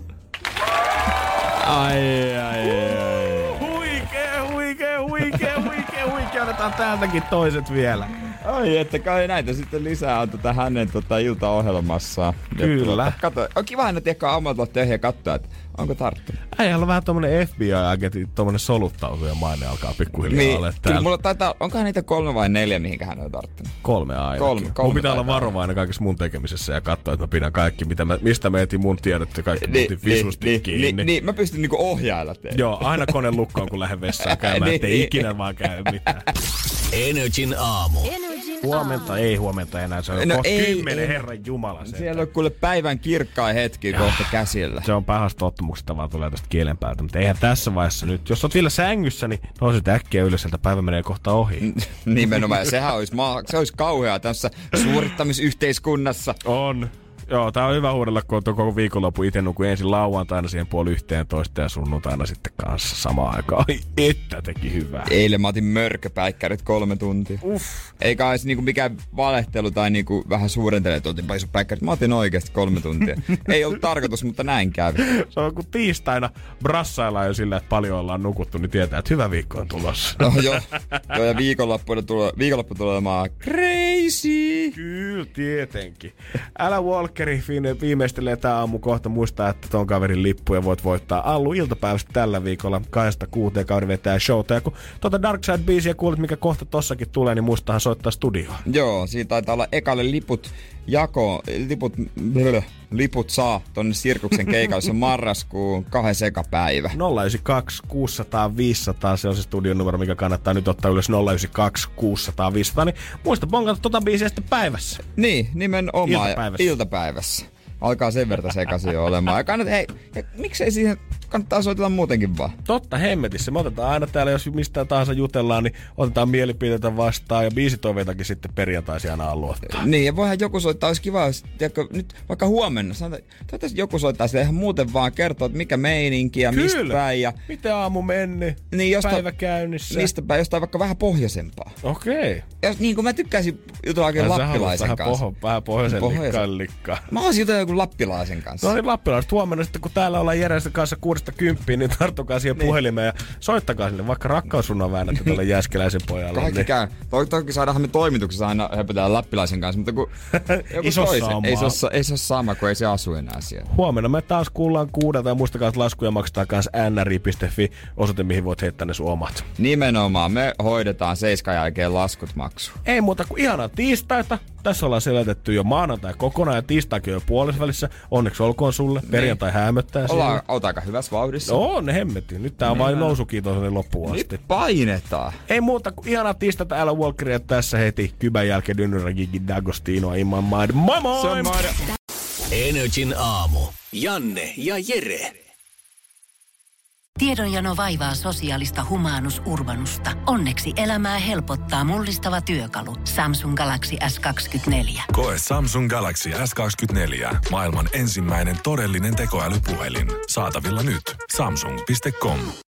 Ai, ai, ai. Huikee, huikee, huikee, huikee, huikee. Otetaan täältäkin toiset vielä. Ai, että kai näitä sitten lisää on tota hänen tota iltaohjelmassaan. Kyllä. Kato, on kiva aina tiekkaa aamulla tulla töihin ja katsoa, että onko tarttunut. Äijällä on vähän tommonen F B I-agentti, tommonen soluttautuja maine alkaa pikkuhiljaa Niin, olla kyllä täällä. mulla taitaa, onkohan niitä kolme vai neljä, mihinkä hän on tarttunut? Kolme ainakin. Kolme- kolme Mun pitää olla taitaa. varovainen kaikessa mun tekemisessä ja katsoa, että mä pidän kaikki, mitä mä, mistä mä etin mun tiedot ja kaikki niin, muutin visusti niin, kiinni. niin, niin, mä pystyn niinku ohjailla teitä. Joo, aina kone lukkoon, kun lähden vessaan käymään, Niin, ettei niin. ikinä vaan käy mitään. Energin aamu. Energin Huomenta, ei huomenta enää, se on No kohta ei, kymmenen, ei. herran jumala. Se, Siellä on kuule päivän kirkkain hetki kohta käsillä. se on pahasta tottumuksesta vaan tulee tästä kielen päältä, mutta eihän tässä vaiheessa nyt. Jos oot vielä sängyssä, niin nousit äkkiä ylös, sieltä päivä menee kohta ohi. Nimenomaan, ja sehän olisi, maa, se olisi kauheaa tässä suorittamisyhteiskunnassa. On. Joo, tää on hyvä huudella, kun on koko viikonloppu itse nukuin ensin lauantaina siihen puoli yhteentoista ja sunnuntaina sitten kanssa samaan aikaan. Ai, että teki hyvää. Eilen mä otin mörköpäikkärit kolme tuntia. Uff. Eikä olisi niinku mikään valehtelu tai niinku vähän suurentele, että otinpa iso päikkärit. Mä otin oikeasti kolme tuntia. Ei ollut tarkoitus, mutta näin kävi. Se on kun tiistaina brassaillaan jo sillä, että paljon ollaan nukuttu, niin tietää, että hyvä viikko on tulossa. No joo, joo ja viikonloppu tulee, viikonloppu tulee olemaan crazy. Kyllä, tietenkin. Älä Walkeri viimeistelee tää aamu kohta. Muistaa, että ton kaverin lippuja voit voittaa Allu iltapäivästä tällä viikolla. Kahdesta kuuteen kauden vetää showta. Ja kun tuota Dark Side-biisiä kuulet, mikä kohta tossakin tulee, niin muistahan soittaa studioon. Joo, siitä taitaa olla ekalle liput jako, liput, blö, liput saa tonne Sirkuksen keikalla, marraskuun kahden sekapäivä. nolla yhdeksän kaksi kuusisataa viisisataa, se on se studion numero, mikä kannattaa nyt ottaa ylös nolla yhdeksän kaksi kuusisataa viisisataa, niin muista bonkata tota biisiä sitten päivässä. Niin, nimenomaan. Iltapäivässä. Iltapäivässä. Alkaa sen verta sekaisin jo olemaan. Ja kannat, hei, miksei siihen kannattaa soitella muutenkin vaan? Totta, hemmetissä. Me otetaan aina täällä, jos mistä tahansa jutellaan, niin otetaan mielipiteitä vastaan ja biisitoiveitakin sitten perjantaisin aina aloittaa. Niin, ja voihan joku soittaa, olisi kiva, jos tiedätkö, nyt vaikka huomenna, sanotaan, toivottavasti joku soittaa sitä ihan muuten vaan kertoo, että mikä meininki ja mistä päin. Ja miten aamu mennyt, niin josta, päivä käynnissä. Mistä päin, jostain vaikka vähän pohjoisempaa. Okei. Okay. Ja niin kuin mä tykkäisin jutella oikein lappilaisen vähän kanssa. Poho, vähän pohjoisen likkaa. Mä oon jutella joku lappilaisen kanssa. No niin, lappilaiset. Huomenna sitten, kun täällä ollaan Jeressä kanssa kuudesta kymppiin, niin tarttukaa siihen niin puhelimeen ja soittakaa sinne, vaikka rakkausrunoa väännätte tälle Jääskeläisen pojalle. Kaikki niin käy. To- toki saadaan me toimituksessa aina höpötään lappilaisen kanssa, mutta kun joku toisen, ei se, ole, ei se ole sama, kun ei se asu enää siellä. Huomenna me taas kuullaan kuudelta ja muistakaa, että laskuja maksetaan kanssa n r i piste f i, osoite mihin voit heittää ne sun omat. Nimenomaan, me hoidetaan seiskan jälkeen laskut maksuun. Ei muuta kuin ihanaa tiistaita. Tässä ollaan selätetty jo maanantai kokonaan ja tiistaikin jo puolesvälissä. Onneksi olkoon sulle. Perjantai niin häämöttää siellä. Ollaan aika hyvässä vauhdissa. No, ne hemmetin. Nyt tää on niin vain nousukiitoinen loppuun asti. Nyt painetaan. Ei muuta kuin ihanaa tiistaita Alan Walkeria tässä heti. Kybän jälkeen Dynnyra Gigi D'Agostinoa in my mind. Moi moi! Energin aamu. Janne ja Jere. Tiedonjano vaivaa sosiaalista humanus urbanusta. Onneksi elämää helpottaa mullistava työkalu. Samsung Galaxy S kaksikymmentäneljä. Koe Samsung Galaxy S kaksikymmentäneljä. Maailman ensimmäinen todellinen tekoälypuhelin. Saatavilla nyt. Samsung piste com.